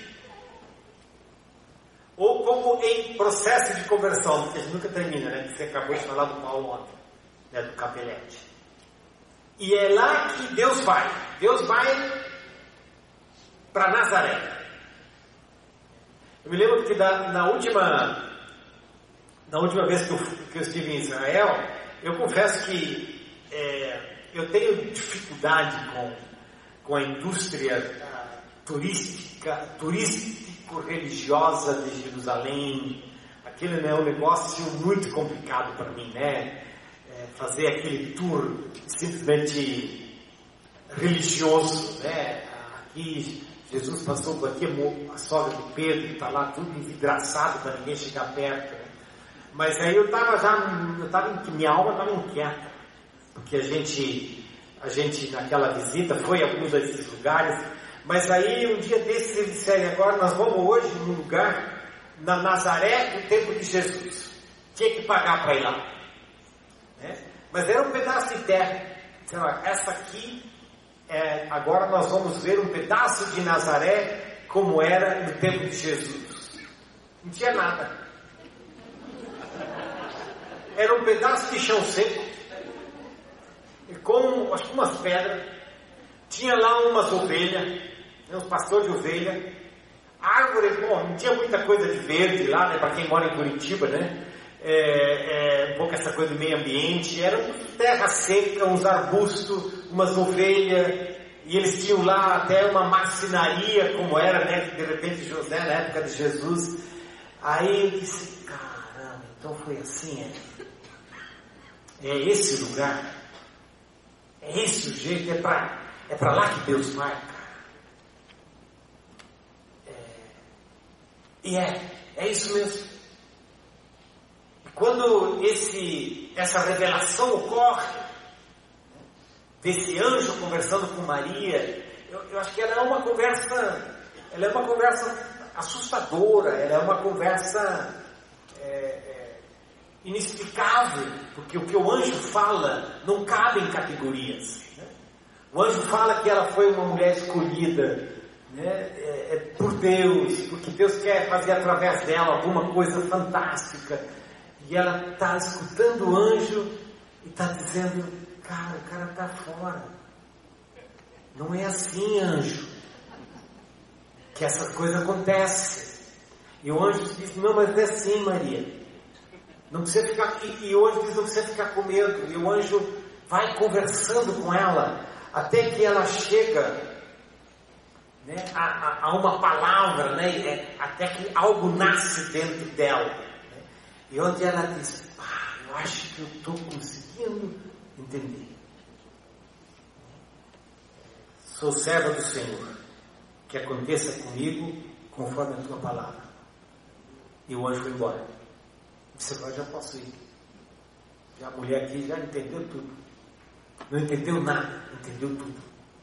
ou como em processo de conversão, porque a gente nunca termina, né? Você acabou de falar do Paulo ontem, né? Do Capelete. E é lá que Deus vai. Deus vai para Nazaré. Eu me lembro que da, na última na última vez que eu, que eu estive em Israel, eu confesso que é, eu tenho dificuldade com com a indústria uh, turística, turístico-religiosa de Jerusalém. Aquele é um negócio muito complicado para mim, né? É, fazer aquele tour simplesmente religioso, né? Aqui, Jesus passou por aqui, a sogra de Pedro está lá tudo envidraçado para ninguém chegar perto, né? Mas aí eu estava já, eu tava, minha alma estava inquieta, porque a gente... A gente, naquela visita, foi a alguns desses lugares, mas aí um dia desses eles disseram, agora nós vamos hoje num lugar, na Nazaré, no tempo de Jesus. Tinha que pagar para ir lá. Né? Mas era um pedaço de terra. Disseram, essa aqui, é, agora nós vamos ver um pedaço de Nazaré, como era no tempo de Jesus. Não tinha nada. Era um pedaço de chão seco, com acho que umas pedras, tinha lá umas ovelhas, né, uns pastores de ovelha, árvore, bom, não tinha muita coisa de verde lá, né, para quem mora em Curitiba, né, é, é, um pouco essa coisa do meio ambiente, era uma terra seca, uns arbustos, umas ovelhas, e eles tinham lá até uma marcenaria, como era, né, de repente José, na época de Jesus. Aí eu disse, caramba, então foi assim, é, é esse lugar. É esse o jeito, é para é para lá que Deus vai, cara. É, e é, é isso mesmo. E quando esse, essa revelação ocorre, desse anjo conversando com Maria, eu, eu acho que ela é uma conversa, ela é uma conversa assustadora, ela é uma conversa é, é, inexplicável, porque o que o anjo fala não cabe em categorias, né? O anjo fala que ela foi uma mulher escolhida, né? é, é por Deus, porque Deus quer fazer através dela alguma coisa fantástica, e ela está escutando o anjo e está dizendo, cara, o cara está fora, não é assim, anjo, que essa coisa acontece. E o anjo diz, não, mas é assim, Maria. Não precisa ficar aqui. E o anjo diz, não precisa ficar com medo. E o anjo vai conversando com ela, até que ela chega, né, a, a, a uma palavra, né, é, até que algo nasce dentro dela. Né, e onde ela diz, ah, eu acho que eu estou conseguindo entender. Sou serva do Senhor, que aconteça comigo conforme a tua palavra. E o anjo foi embora. Disse, agora já posso ir. Já a mulher aqui já entendeu tudo. Não entendeu nada, entendeu tudo.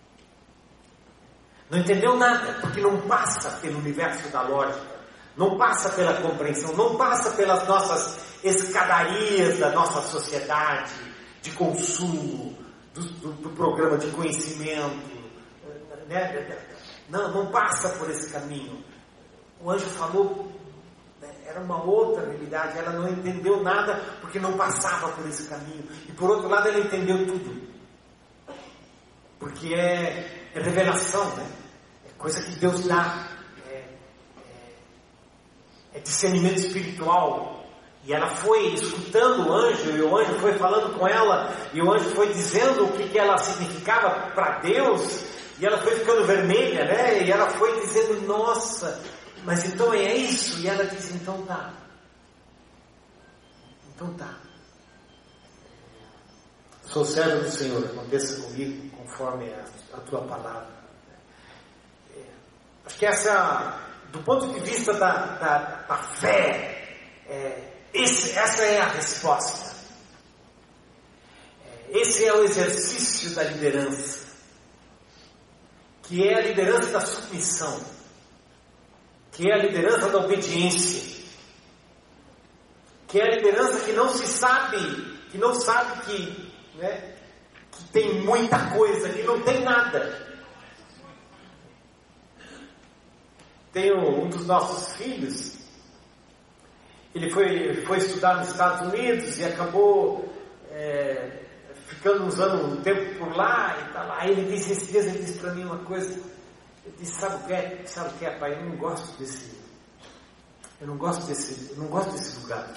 Não entendeu nada, porque não passa pelo universo da lógica, não passa pela compreensão, não passa pelas nossas escadarias da nossa sociedade, de consumo, do, do, do programa de conhecimento, né? Não, não passa por esse caminho. O anjo falou, né? Era uma outra realidade, ela não entendeu nada, porque não passava por esse caminho, e por outro lado ela entendeu tudo, porque é, é revelação, né? É coisa que Deus dá, é, é, é discernimento espiritual. E ela foi escutando o anjo, e o anjo foi falando com ela, e o anjo foi dizendo o que, que ela significava para Deus, e ela foi ficando vermelha, né? E ela foi dizendo, nossa, mas então é isso? E ela disse, então tá. Então tá. Sou servo do Senhor, aconteça comigo conforme a, a tua palavra. É, acho que essa, do ponto de vista da, da, da fé, é, esse, essa é a resposta. É, esse é o exercício da liderança, que é a liderança da submissão, que é a liderança da obediência, que é a liderança que não se sabe, que não sabe que, né, que tem muita coisa, que não tem nada. Tem um dos nossos filhos, ele foi, ele foi estudar nos Estados Unidos e acabou é, ficando uns anos, um tempo por lá e tal. Aí ele disse, esses dias ele disse para mim uma coisa, ele disse, sabe o que é, sabe o que é, pai, eu não gosto desse, eu não gosto desse, eu não gosto desse lugar.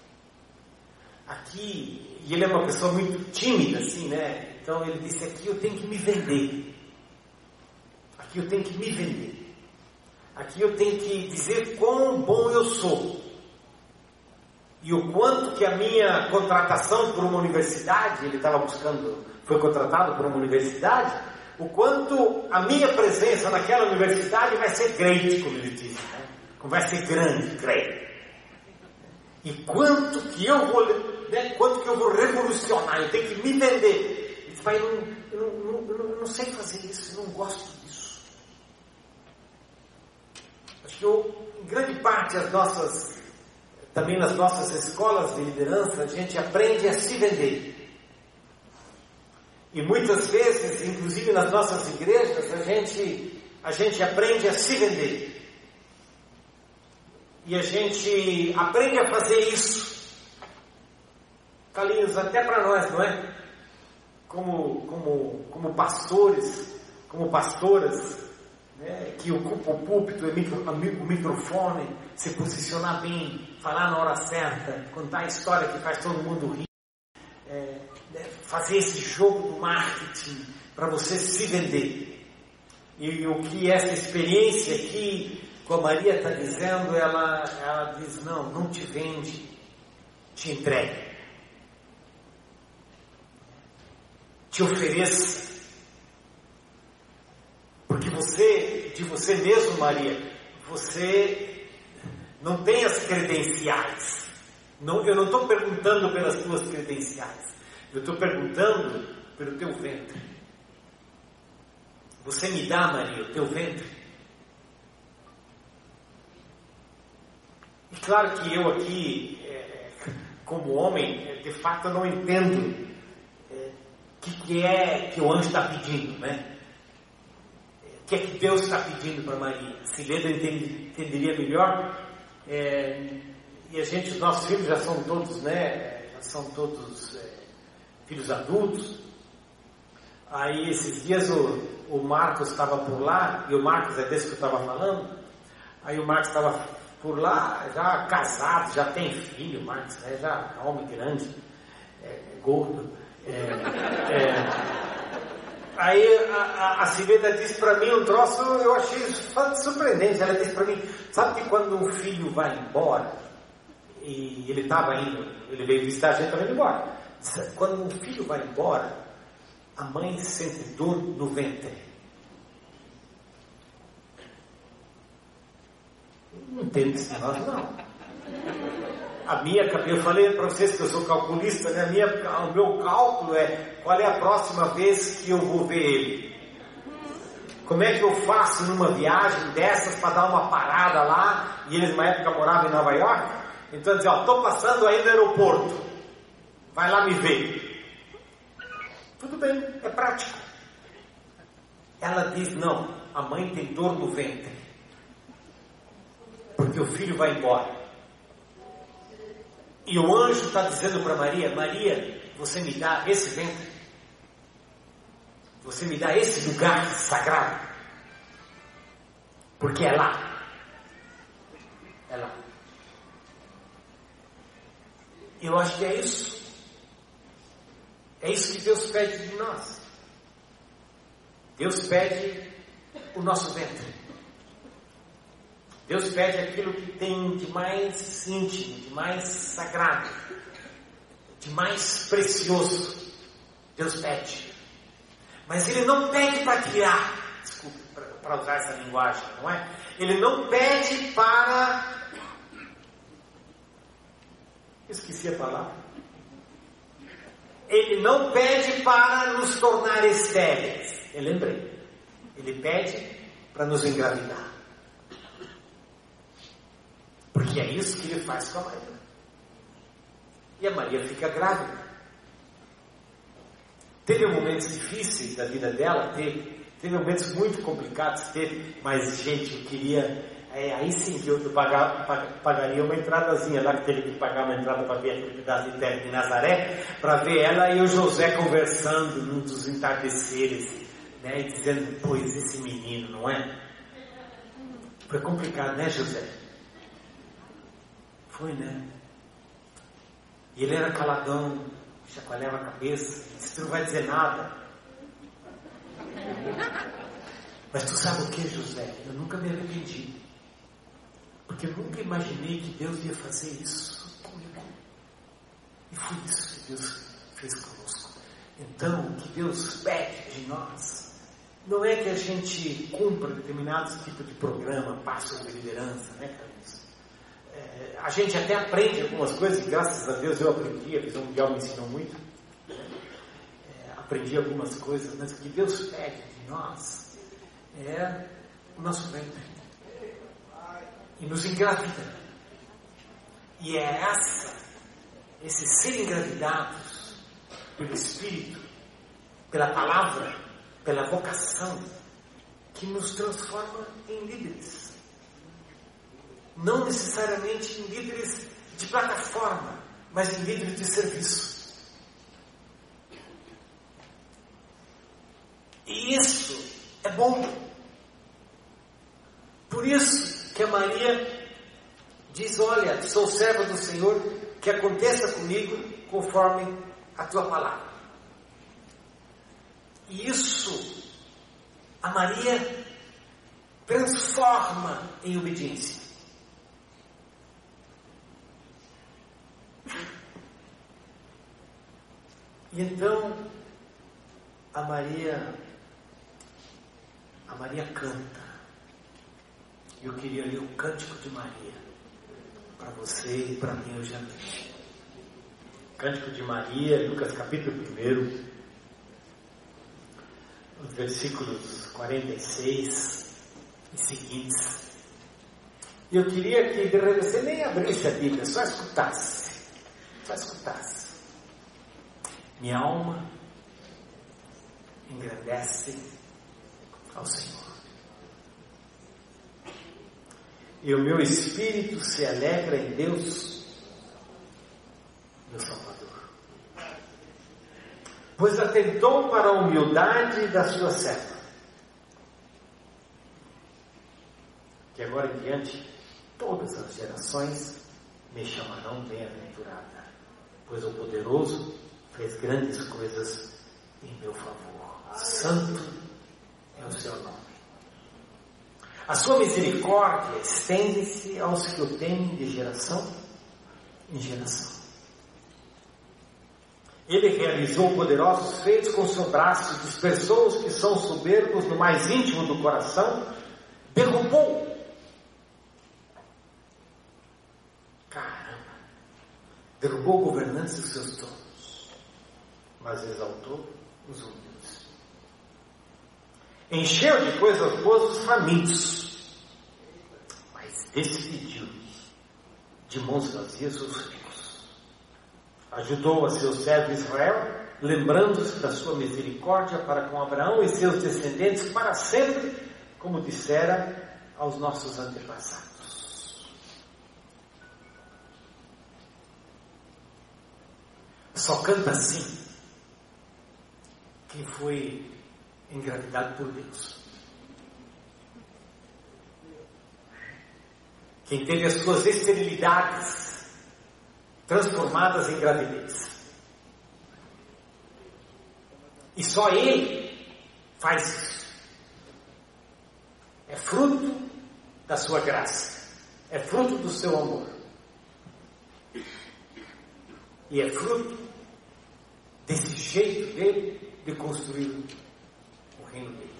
Aqui, e ele é uma pessoa muito tímida, assim, né? Então ele disse, aqui eu tenho que me vender. Aqui eu tenho que me vender. Aqui eu tenho que dizer quão bom eu sou. E o quanto que a minha contratação por uma universidade, ele estava buscando, foi contratado por uma universidade, o quanto a minha presença naquela universidade vai ser grande, como ele disse, né? Vai ser grande, grande. E quanto que eu vou, né, quanto que eu vou revolucionar, eu tenho que me vender. Ele disse, pai, eu não, eu não, eu não, eu não sei fazer isso, eu não gosto disso. Acho que eu, em grande parte as nossas, também nas nossas escolas de liderança, a gente aprende a se vender. E muitas vezes, inclusive nas nossas igrejas, a gente, a gente aprende a se vender. E a gente aprende a fazer isso. Carlinhos, até para nós, não é? Como, como, como pastores, como pastoras, né, que ocupam o púlpito, o microfone, se posicionar bem, falar na hora certa, contar a história que faz todo mundo rir, é, fazer esse jogo do marketing para você se vender. E o que essa experiência aqui, como a Maria está dizendo, ela, ela diz, não, não te vende, te entregue. Te ofereça. Porque você, de você mesmo, Maria, você não tem as credenciais. Não, eu não estou perguntando pelas tuas credenciais. Eu estou perguntando pelo teu ventre. Você me dá, Maria, o teu ventre? E claro que eu aqui, é, como homem, de fato eu não entendo o é, que, que é que o anjo está pedindo, né? O que é que Deus está pedindo para Maria? Se Leda entenderia melhor. É, e a gente, os nossos filhos já são todos, né? Já são todos é, filhos adultos. Aí esses dias o, o Marcos estava por lá, e o Marcos é desse que eu estava falando. Aí o Marcos estava por lá, já casado, já tem filho, Marcos, né? Já homem grande, é, gordo. É, é, aí a, a, a Silveta disse para mim um troço, eu achei surpreendente. Ela disse para mim, sabe que quando um filho vai embora, e ele estava indo, ele veio visitar a gente, estava indo embora. Quando um filho vai embora, a mãe sente dor no ventre. Não entendo esse negócio, não. A minha, eu falei para vocês que eu sou calculista, né? A minha, o meu cálculo é qual é a próxima vez que eu vou ver ele. Como é que eu faço numa viagem dessas para dar uma parada lá? E eles na época moravam em Nova York. Então eu dizia, ó, estou passando aí no aeroporto. Vai lá me ver. Tudo bem, é prático. Ela diz, não, a mãe tem dor no ventre. Porque o filho vai embora. E o anjo está dizendo para Maria, Maria, você me dá esse ventre. Você me dá esse lugar sagrado. Porque é lá. É lá. Eu acho que é isso. É isso que Deus pede de nós. Deus pede o nosso ventre. Deus pede aquilo que tem de mais íntimo, de mais sagrado, de mais precioso. Deus pede. Mas Ele não pede para tirar. Desculpe, para usar essa linguagem, não é? Ele não pede para... Esqueci a palavra. Ele não pede para nos tornar estéreis. Eu lembrei. Ele pede para nos engravidar. Porque é isso que ele faz com a Maria. E a Maria fica grávida. Teve momentos difíceis da vida dela, teve, teve momentos muito complicados, teve, mas gente, eu queria, é, aí sim que eu pagar, pagaria uma entradazinha lá, que teve que pagar uma entrada para ver aquele pedaço de terra de Nazaré, para ver ela e o José conversando num dos entardeceres, né, e dizendo, pois esse menino, não é? Foi complicado, né, José? Foi, né? E ele era caladão, chacoalhava a cabeça, disse, tu não vai dizer nada. Mas tu sabe o que, José? Eu nunca me arrependi. Porque eu nunca imaginei que Deus ia fazer isso comigo. E foi isso que Deus fez conosco. Então, o que Deus pede de nós não é que a gente cumpra determinados tipos de programa, passo de liderança, né, Carlos? É, a gente até aprende algumas coisas, e graças a Deus eu aprendi, a visão mundial me ensinou muito. É, aprendi algumas coisas, mas o que Deus pede de nós é o nosso ventre. E nos engravida. E é essa, esse ser engravidados pelo Espírito, pela palavra, pela vocação, que nos transforma em líderes. Não necessariamente em líderes de plataforma, mas em líderes de serviço. E isso é bom. Por isso que a Maria diz, olha, sou serva do Senhor, que aconteça comigo conforme a tua palavra. E isso, a Maria transforma em obediência. E então, a Maria, a Maria canta. Eu queria ler o Cântico de Maria para você e para mim hoje à noite. Cântico de Maria, Lucas capítulo um, os versículos quarenta e seis e seguintes. E eu queria que você nem abrisse a Bíblia, só escutasse. Só escutasse. Minha alma engrandece ao Senhor. E o meu espírito se alegra em Deus, meu Salvador. Pois atentou para a humildade da sua serva. Que agora em diante, todas as gerações me chamarão bem-aventurada. Pois o poderoso fez grandes coisas em meu favor. Santo é o seu nome. A sua misericórdia estende-se aos que o temem de geração em geração. Ele realizou poderosos feitos com seu braço, dispersou os que são soberbos no mais íntimo do coração, derrubou. Caramba! Derrubou governantes dos seus tronos, mas exaltou os humildes. Encheu de coisas boas os famintos, mas despediu de mãos vazias os ricos. Ajudou a seu servo Israel, lembrando-se da sua misericórdia para com Abraão e seus descendentes para sempre, como dissera aos nossos antepassados. Só canta assim quem foi engravidado por Deus. Quem teve as suas esterilidades transformadas em gravidez. E só Ele faz isso. É fruto da sua graça. É fruto do seu amor. E é fruto desse jeito dele de construir o reino dele.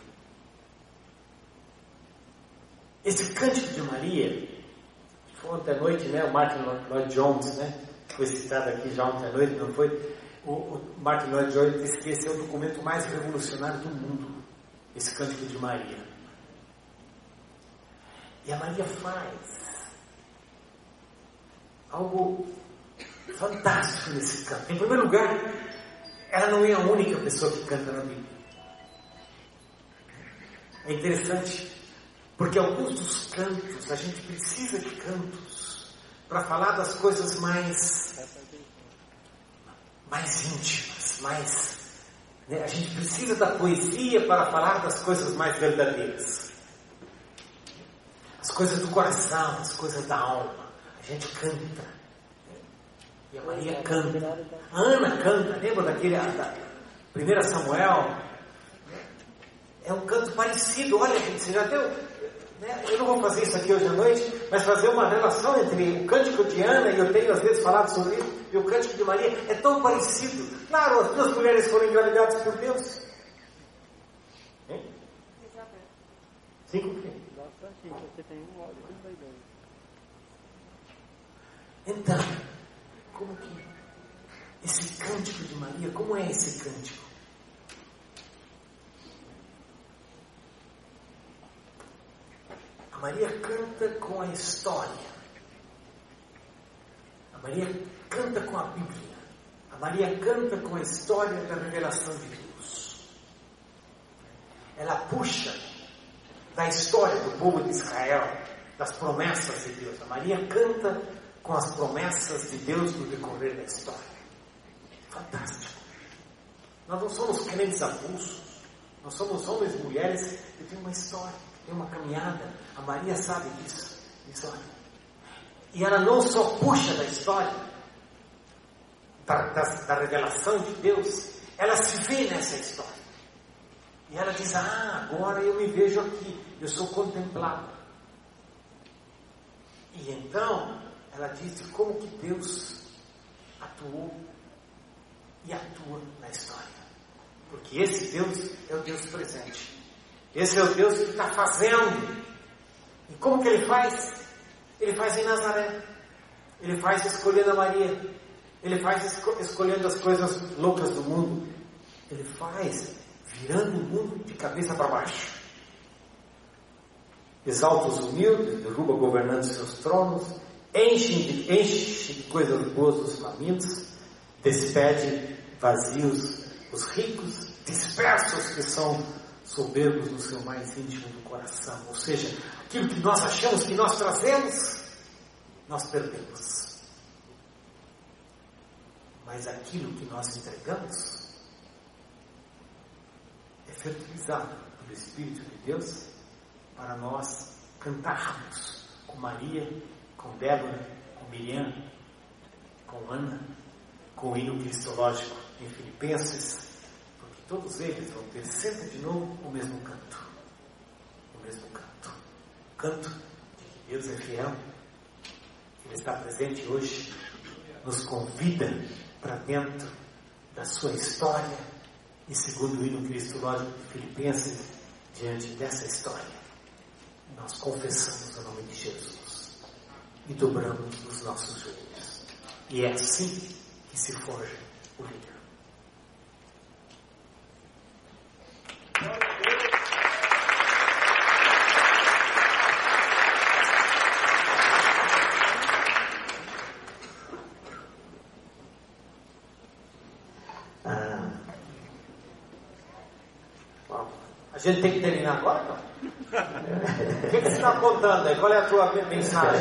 Esse cântico de Maria, foi ontem à noite, né? O Martin Lloyd Jones, né? Foi citado aqui já ontem à noite, não foi? O, o Martin Lloyd Jones disse que esse é o documento mais revolucionário do mundo, esse cântico de Maria. E a Maria faz algo fantástico nesse canto. Em primeiro lugar, ela não é a única pessoa que canta na Bíblia. É interessante, porque alguns dos cantos, a gente precisa de cantos para falar das coisas mais, mais íntimas, mais, né? A gente precisa da poesia para falar das coisas mais verdadeiras. As coisas do coração, as coisas da alma. A gente canta. E a Maria canta. A Ana canta, lembra daquele da primeira Samuel? É um canto parecido. Olha, gente, você já deu... Eu não vou fazer isso aqui hoje à noite, mas fazer uma relação entre o cântico de Ana, e eu tenho às vezes falado sobre isso, e o cântico de Maria, é tão parecido. Claro, as duas mulheres foram engravidadas por Deus. Hein? Cinco o quê? Então, como que esse cântico de Maria, como é esse cântico? A Maria canta com a história. A Maria canta com a Bíblia. A Maria canta com a história da revelação de Deus. Ela puxa da história do povo de Israel, das promessas de Deus. A Maria canta com as promessas de Deus no decorrer da história. Fantástico. Nós não somos crentes avulsos. Nós somos homens e mulheres que têm uma história, tem uma caminhada. A Maria sabe disso. Isso, olha. E ela não só puxa da história, da, da, da revelação de Deus, ela se vê nessa história. E ela diz, ah, agora eu me vejo aqui, eu sou contemplado. E então, ela diz como que Deus atuou e atua na história. Porque esse Deus é o Deus presente. Esse é o Deus que está fazendo. E como que Ele faz? Ele faz em Nazaré. Ele faz escolhendo a Maria. Ele faz esco- escolhendo as coisas loucas do mundo. Ele faz virando o mundo de cabeça para baixo. Exalta os humildes, derruba governantes seus tronos, enche de, enche de coisas boas os famintos, despede vazios os ricos, dispersa os que são soberbos no seu mais íntimo do coração. Ou seja, aquilo que nós achamos que nós trazemos, nós perdemos. Mas aquilo que nós entregamos é fertilizado pelo Espírito de Deus para nós cantarmos com Maria, com Débora, com Miriam, com Ana, com o hino cristológico. em Filipenses, porque todos eles vão ter sempre de novo o mesmo canto. O mesmo canto. O canto de que Deus é fiel. Ele está presente hoje, nos convida para dentro da sua história. E segundo o hino cristológico de Filipenses, diante dessa história, nós confessamos o nome de Jesus e dobramos os nossos joelhos. E é assim que se forja o líder. A gente tem que terminar agora, não? O que, que você está apontando aí? Qual é a tua mensagem?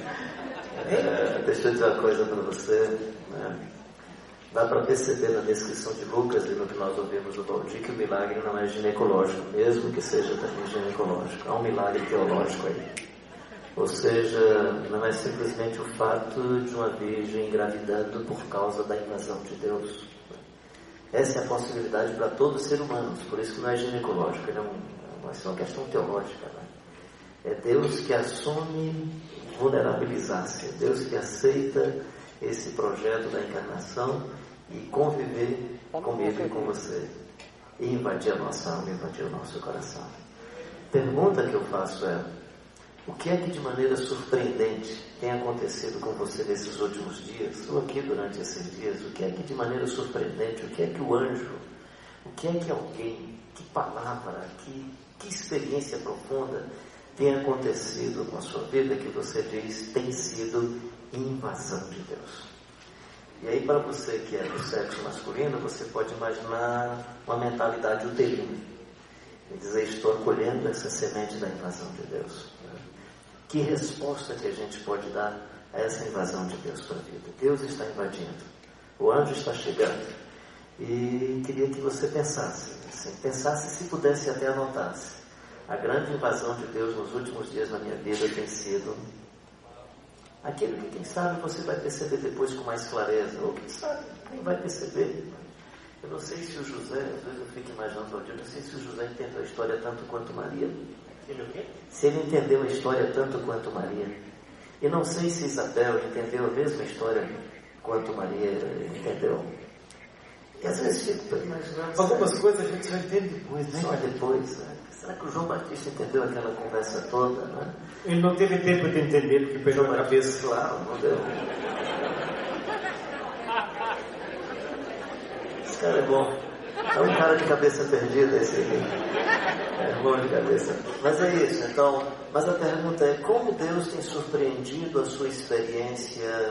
É, deixa eu dizer uma coisa para você. Né? Dá para perceber na descrição de Lucas e no que nós ouvimos do Valdir que o milagre não é ginecológico, mesmo que seja também ginecológico. Há um milagre teológico aí. Ou seja, não é simplesmente o fato de uma virgem engravidando por causa da invasão de Deus. Essa é a possibilidade para todo ser humano, por isso que não é ginecológico, é, um, é uma questão teológica. Né? É Deus que assume vulnerabilizar-se, é Deus que aceita esse projeto da encarnação e conviver comigo e com você, e invadir a nossa alma, invadir o nosso coração. Pergunta que eu faço é: o que é que de maneira surpreendente tem acontecido com você nesses últimos dias, ou aqui durante esses dias? O que é que de maneira surpreendente, o que é que o anjo, o que é que alguém, que palavra, que, que experiência profunda tem acontecido com a sua vida que você diz tem sido invasão de Deus? E aí, para você que é do sexo masculino, você pode imaginar uma mentalidade uterina e dizer: estou acolhendo essa semente da invasão de Deus. Que resposta que a gente pode dar a essa invasão de Deus para a vida? Deus está invadindo, o anjo está chegando, e queria que você pensasse, assim, pensasse, se pudesse até anotasse. A grande invasão de Deus nos últimos dias na minha vida tem sido aquilo que, quem sabe, você vai perceber depois com mais clareza, ou quem sabe, nem vai perceber. Eu não sei se o José, às vezes eu fico imaginando, eu não sei se o José entendeu a história tanto quanto Maria. Se ele entendeu a história tanto quanto Maria. E não sei se Isabel entendeu a mesma história quanto Maria entendeu. E às vezes fico imaginando... Algumas sabe? Coisas a gente só entende depois, né? Só depois, né? Será que o João Batista entendeu aquela conversa toda, né? Ele não teve tempo de entender, porque perdeu a cabeça. Claro, não deu. Esse cara é bom. É um cara de cabeça perdida esse aqui. É bom de cabeça. Mas é isso, então. Mas a pergunta é: como Deus tem surpreendido a sua experiência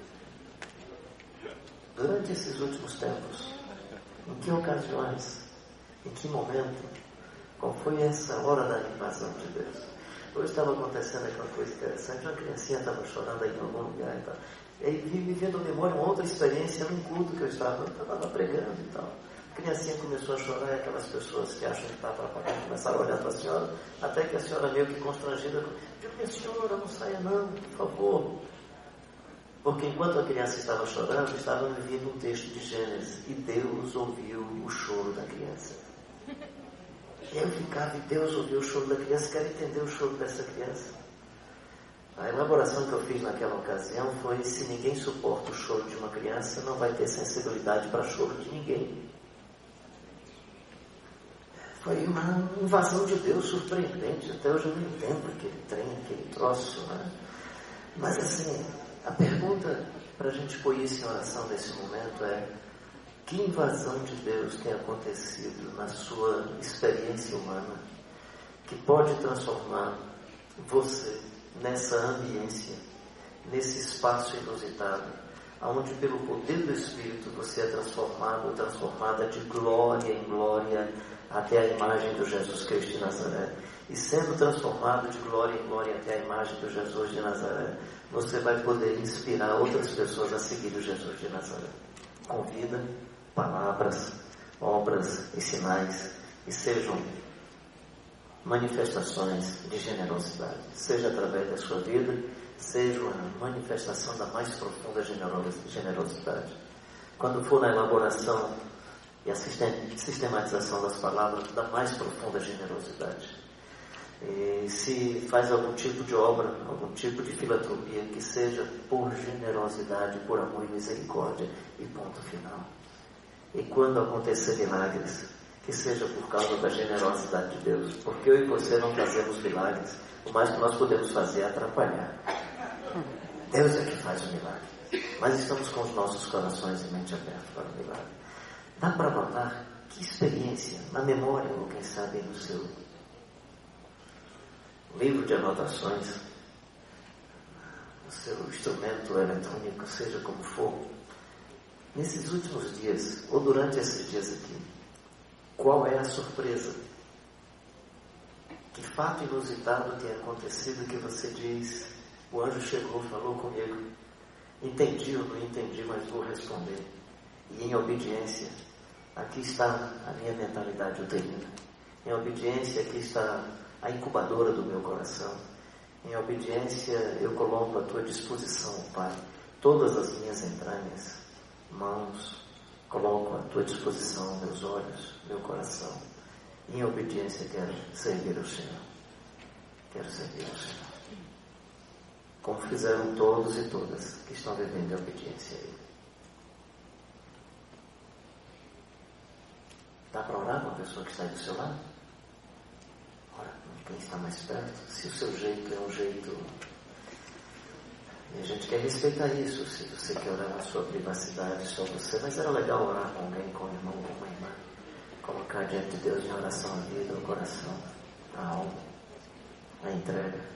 durante esses últimos tempos? Em que ocasiões? Em que momento? Qual foi essa hora da invasão de Deus? Hoje estava acontecendo aquela coisa interessante. Uma criancinha estava chorando aí em algum lugar e tal. E aí vi, me vendo a memória uma outra experiência num culto que eu estava, eu estava pregando e tal. A criancinha começou a chorar, e aquelas pessoas que acham que está atrapalhando começaram a olhar para a senhora, até que a senhora, meio que constrangida, disse: minha senhora, não saia não, por favor. Porque enquanto a criança estava chorando, estava vivendo um texto de Gênesis, e Deus ouviu o choro da criança. E eu ficava, e Deus ouviu o choro da criança, quero entender o choro dessa criança. A elaboração que eu fiz naquela ocasião foi: se ninguém suporta o choro de uma criança, não vai ter sensibilidade para choro de ninguém. Foi uma invasão de Deus surpreendente. Até hoje eu não entendo aquele trem, aquele troço, né? Mas assim, a pergunta para a gente pôr isso em oração nesse momento é: que invasão de Deus tem acontecido na sua experiência humana que pode transformar você nessa ambiência, nesse espaço inusitado, onde pelo poder do Espírito você é transformado ou transformada de glória em glória até a imagem do Jesus Cristo de Nazaré. E sendo transformado de glória em glória até a imagem do Jesus de Nazaré, você vai poder inspirar outras pessoas a seguir o Jesus de Nazaré. Com vida, palavras, obras e sinais, e sejam manifestações de generosidade, seja através da sua vida, seja uma manifestação da mais profunda generosidade. quando for na elaboração e a sistematização das palavras, da mais profunda generosidade. E se faz algum tipo de obra, algum tipo de filantropia, que seja por generosidade, por amor e misericórdia, e ponto final. E quando acontecer milagres, que seja por causa da generosidade de Deus, porque eu e você não fazemos milagres, o mais que nós podemos fazer é atrapalhar. Deus é que faz o milagre, mas estamos com os nossos corações e mente abertos para o milagre. Dá para notar que experiência, na memória, ou quem sabe no seu livro de anotações, no seu instrumento eletrônico, seja como for, nesses últimos dias, ou durante esses dias aqui, qual é a surpresa? Que fato inusitado tem acontecido que você diz, o anjo chegou, falou comigo, entendi ou não entendi, mas vou responder. E em obediência, aqui está a minha mentalidade uterina. Em obediência, aqui está a incubadora do meu coração. Em obediência, eu coloco à tua disposição, Pai, todas as minhas entranhas, mãos, coloco à tua disposição meus olhos, meu coração. Em obediência, quero servir ao Senhor. Quero servir ao Senhor. Como fizeram todos e todas que estão vivendo em obediência a Ele. Dá para orar com a pessoa que está aí do seu lado? Ora, quem está mais perto, se o seu jeito é um jeito... E a gente quer respeitar isso, se você quer orar na sua privacidade, só você, mas era legal orar com alguém, com um irmão, com uma irmã, colocar diante de Deus em oração a vida, o coração, a alma, a entrega.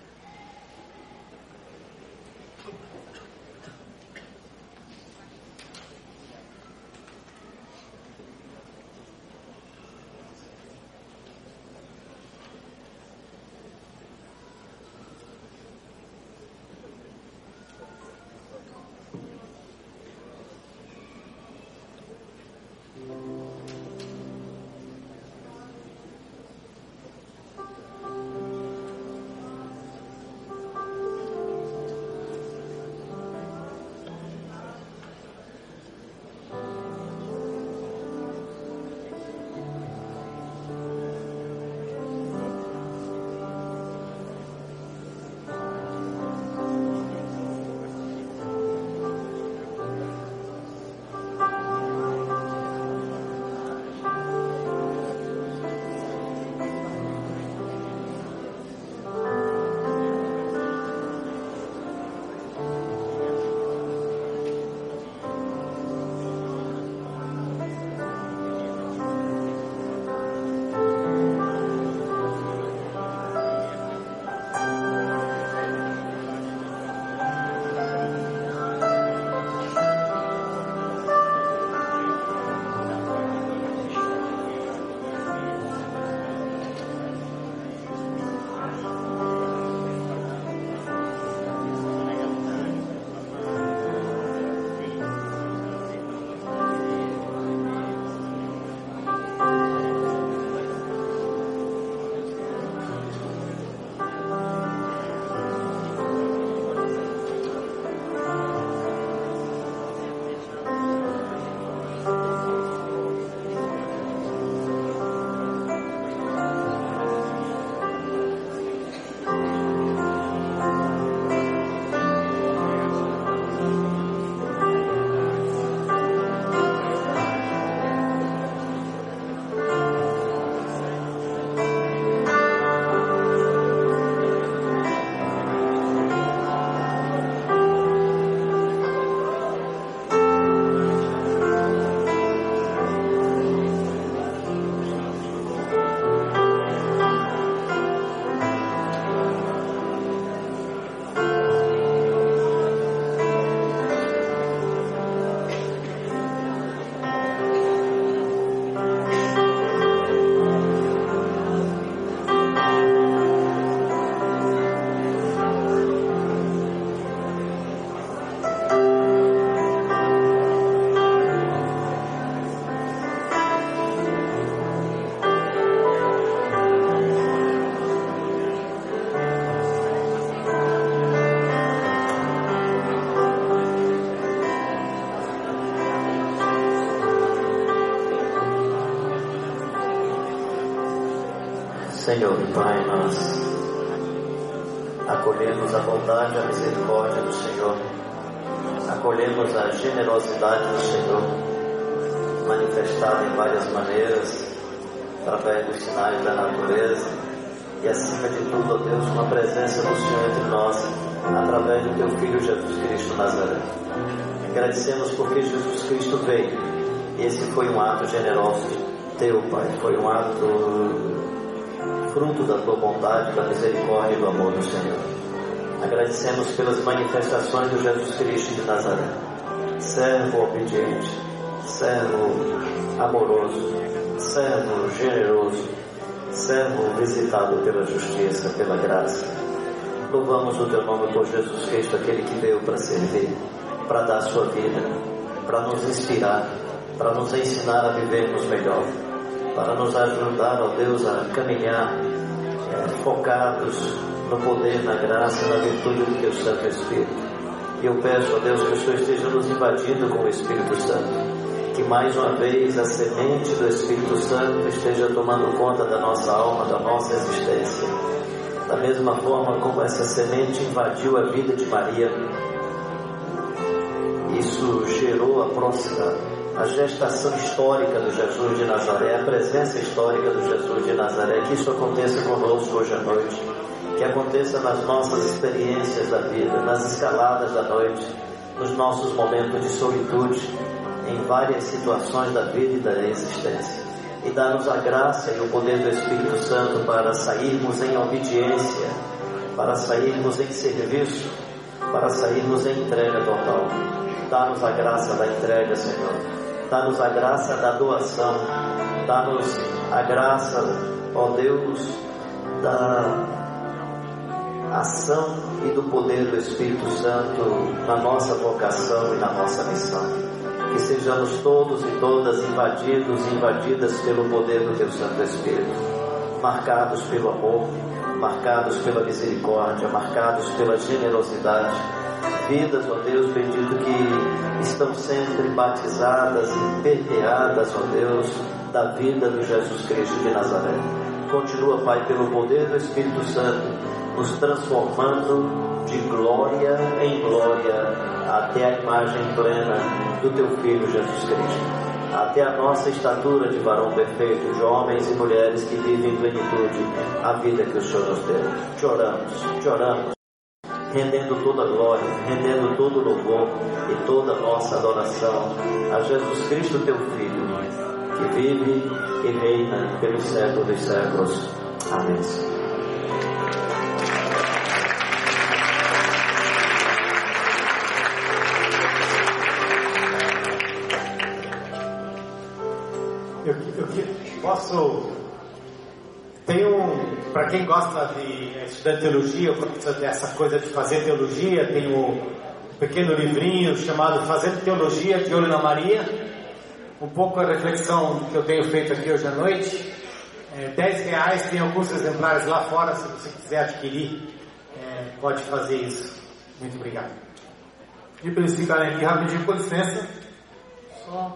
Senhor, Pai, nós acolhemos a bondade e a misericórdia do Senhor, acolhemos a generosidade do Senhor, manifestada em várias maneiras, através dos sinais da natureza, e acima de tudo, ó Deus, uma presença do Senhor entre nós, através do Teu Filho Jesus Cristo Nazaré. Agradecemos porque Jesus Cristo veio, e esse foi um ato generoso Teu, Pai, foi um ato fruto da Tua bondade, da misericórdia e do amor do Senhor. Agradecemos pelas manifestações do Jesus Cristo de Nazaré, servo obediente, servo amoroso, servo generoso, servo visitado pela justiça, pela graça. Louvamos o Teu nome por Jesus Cristo, aquele que veio para servir, para dar a sua vida, para nos inspirar, para nos ensinar a vivermos melhor, para nos ajudar, ó Deus, a caminhar é, focados no poder, na graça, na virtude do Teu Santo Espírito. E eu peço, ó Deus, que o Senhor esteja nos invadindo com o Espírito Santo, que mais uma vez a semente do Espírito Santo esteja tomando conta da nossa alma, da nossa existência. Da mesma forma como essa semente invadiu a vida de Maria, isso gerou a próxima, a gestação histórica do Jesus de Nazaré, a presença histórica do Jesus de Nazaré. Que isso aconteça conosco hoje à noite, que aconteça nas nossas experiências da vida, nas escaladas da noite, nos nossos momentos de solitude, em várias situações da vida e da existência. E dá-nos a graça e o poder do Espírito Santo para sairmos em obediência, para sairmos em serviço, para sairmos em entrega total. Dá-nos a graça da entrega, Senhor. Dá-nos a graça da doação. Dá-nos a graça, ó Deus, da ação e do poder do Espírito Santo na nossa vocação e na nossa missão. Que sejamos todos e todas invadidos e invadidas pelo poder do Teu Santo Espírito, marcados pelo amor, marcados pela misericórdia, marcados pela generosidade. Vidas, ó Deus bendito, que estão sempre batizadas e permeadas, ó Deus, da vida do Jesus Cristo de Nazaré. Continua, Pai, pelo poder do Espírito Santo, nos transformando de glória em glória até a imagem plena do Teu Filho Jesus Cristo, até a nossa estatura de varão perfeito, de homens e mulheres que vivem em plenitude a vida que o Senhor nos deu. Te oramos, te oramos, rendendo toda a glória, rendendo todo o louvor e toda a nossa adoração a Jesus Cristo, Teu Filho, que vive e reina pelos séculos dos séculos. Amém. Eu, eu, eu posso. Tem um. Para quem gosta de estudar teologia, gosta dessa coisa de fazer teologia, tem um pequeno livrinho chamado Fazendo Teologia de Olho na Maria. Um pouco a reflexão que eu tenho feito aqui hoje à noite. É, dez reais, tem alguns exemplares lá fora, se você quiser adquirir, é, pode fazer isso. Muito obrigado. E para eles ficarem aqui rapidinho, com licença. Só.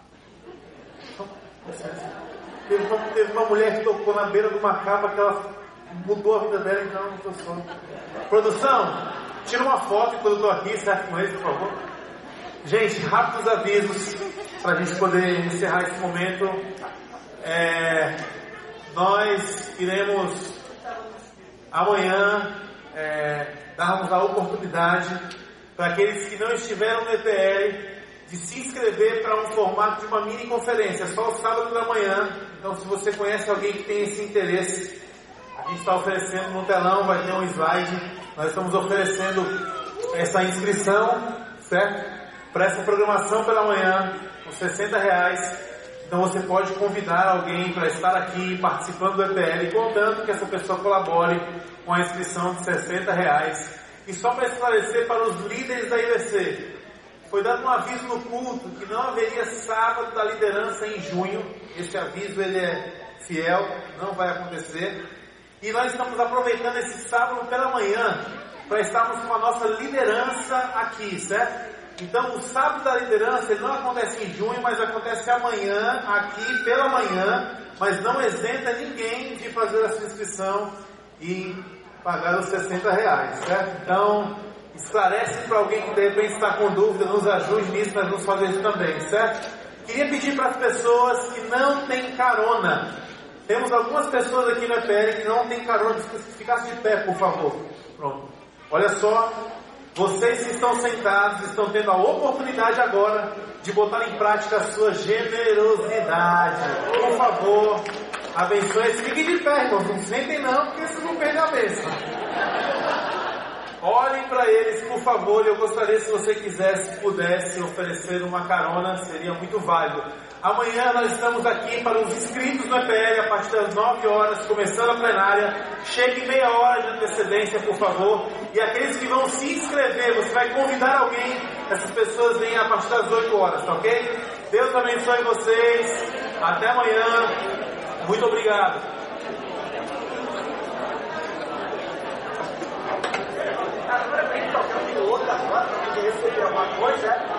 Teve uma, teve uma mulher que tocou na beira de uma capa que ela mudou a vida dela, então não estou só. Produção, tira uma foto quando eu estou aqui, certo com eles, por favor. Gente, rápidos avisos para a gente poder encerrar esse momento. É, nós iremos amanhã é, darmos a oportunidade para aqueles que não estiveram no E P L de se inscrever para um formato de uma mini conferência, só o sábado da manhã. Então, se você conhece alguém que tem esse interesse, a gente está oferecendo no telão, vai ter um slide, nós estamos oferecendo essa inscrição, certo? Para essa programação pela manhã, com sessenta reais. Então você pode convidar alguém para estar aqui participando do E P L, contando que essa pessoa colabore com a inscrição de sessenta reais. E só para esclarecer para os líderes da I B C, foi dado um aviso no culto que não haveria sábado da liderança em junho. Esse aviso ele é fiel, não vai acontecer. E nós estamos aproveitando esse sábado pela manhã para estarmos com a nossa liderança aqui, certo? Então o sábado da liderança ele não acontece em junho, mas acontece amanhã, aqui pela manhã. mas não isenta ninguém de fazer a sua inscrição e pagar os sessenta reais, certo? Então, esclarece para alguém que de repente está com dúvida, nos ajude nisso, nós vamos fazer isso também, certo? Queria pedir para as pessoas que não têm carona. Temos algumas pessoas aqui no E P L que não têm carona. Ficasse de pé, por favor. Pronto. Olha só, vocês que estão sentados estão tendo a oportunidade agora de botar em prática a sua generosidade. Por favor, abençoe. Fiquem de pé, irmãos. Não sentem não, porque vocês vão perder a bênção. Olhem para eles, por favor. Eu gostaria, se você quisesse, pudesse oferecer uma carona, seria muito válido. Amanhã nós estamos aqui para os inscritos no E P L a partir das nove horas, começando a plenária. Chegue meia hora de antecedência, por favor. E aqueles que vão se inscrever, você vai convidar alguém. Essas pessoas vêm a partir das oito horas, tá ok? Deus abençoe vocês. Até amanhã. Muito obrigado. Agora tem que tocar um outro agora para poder receber alguma coisa, é?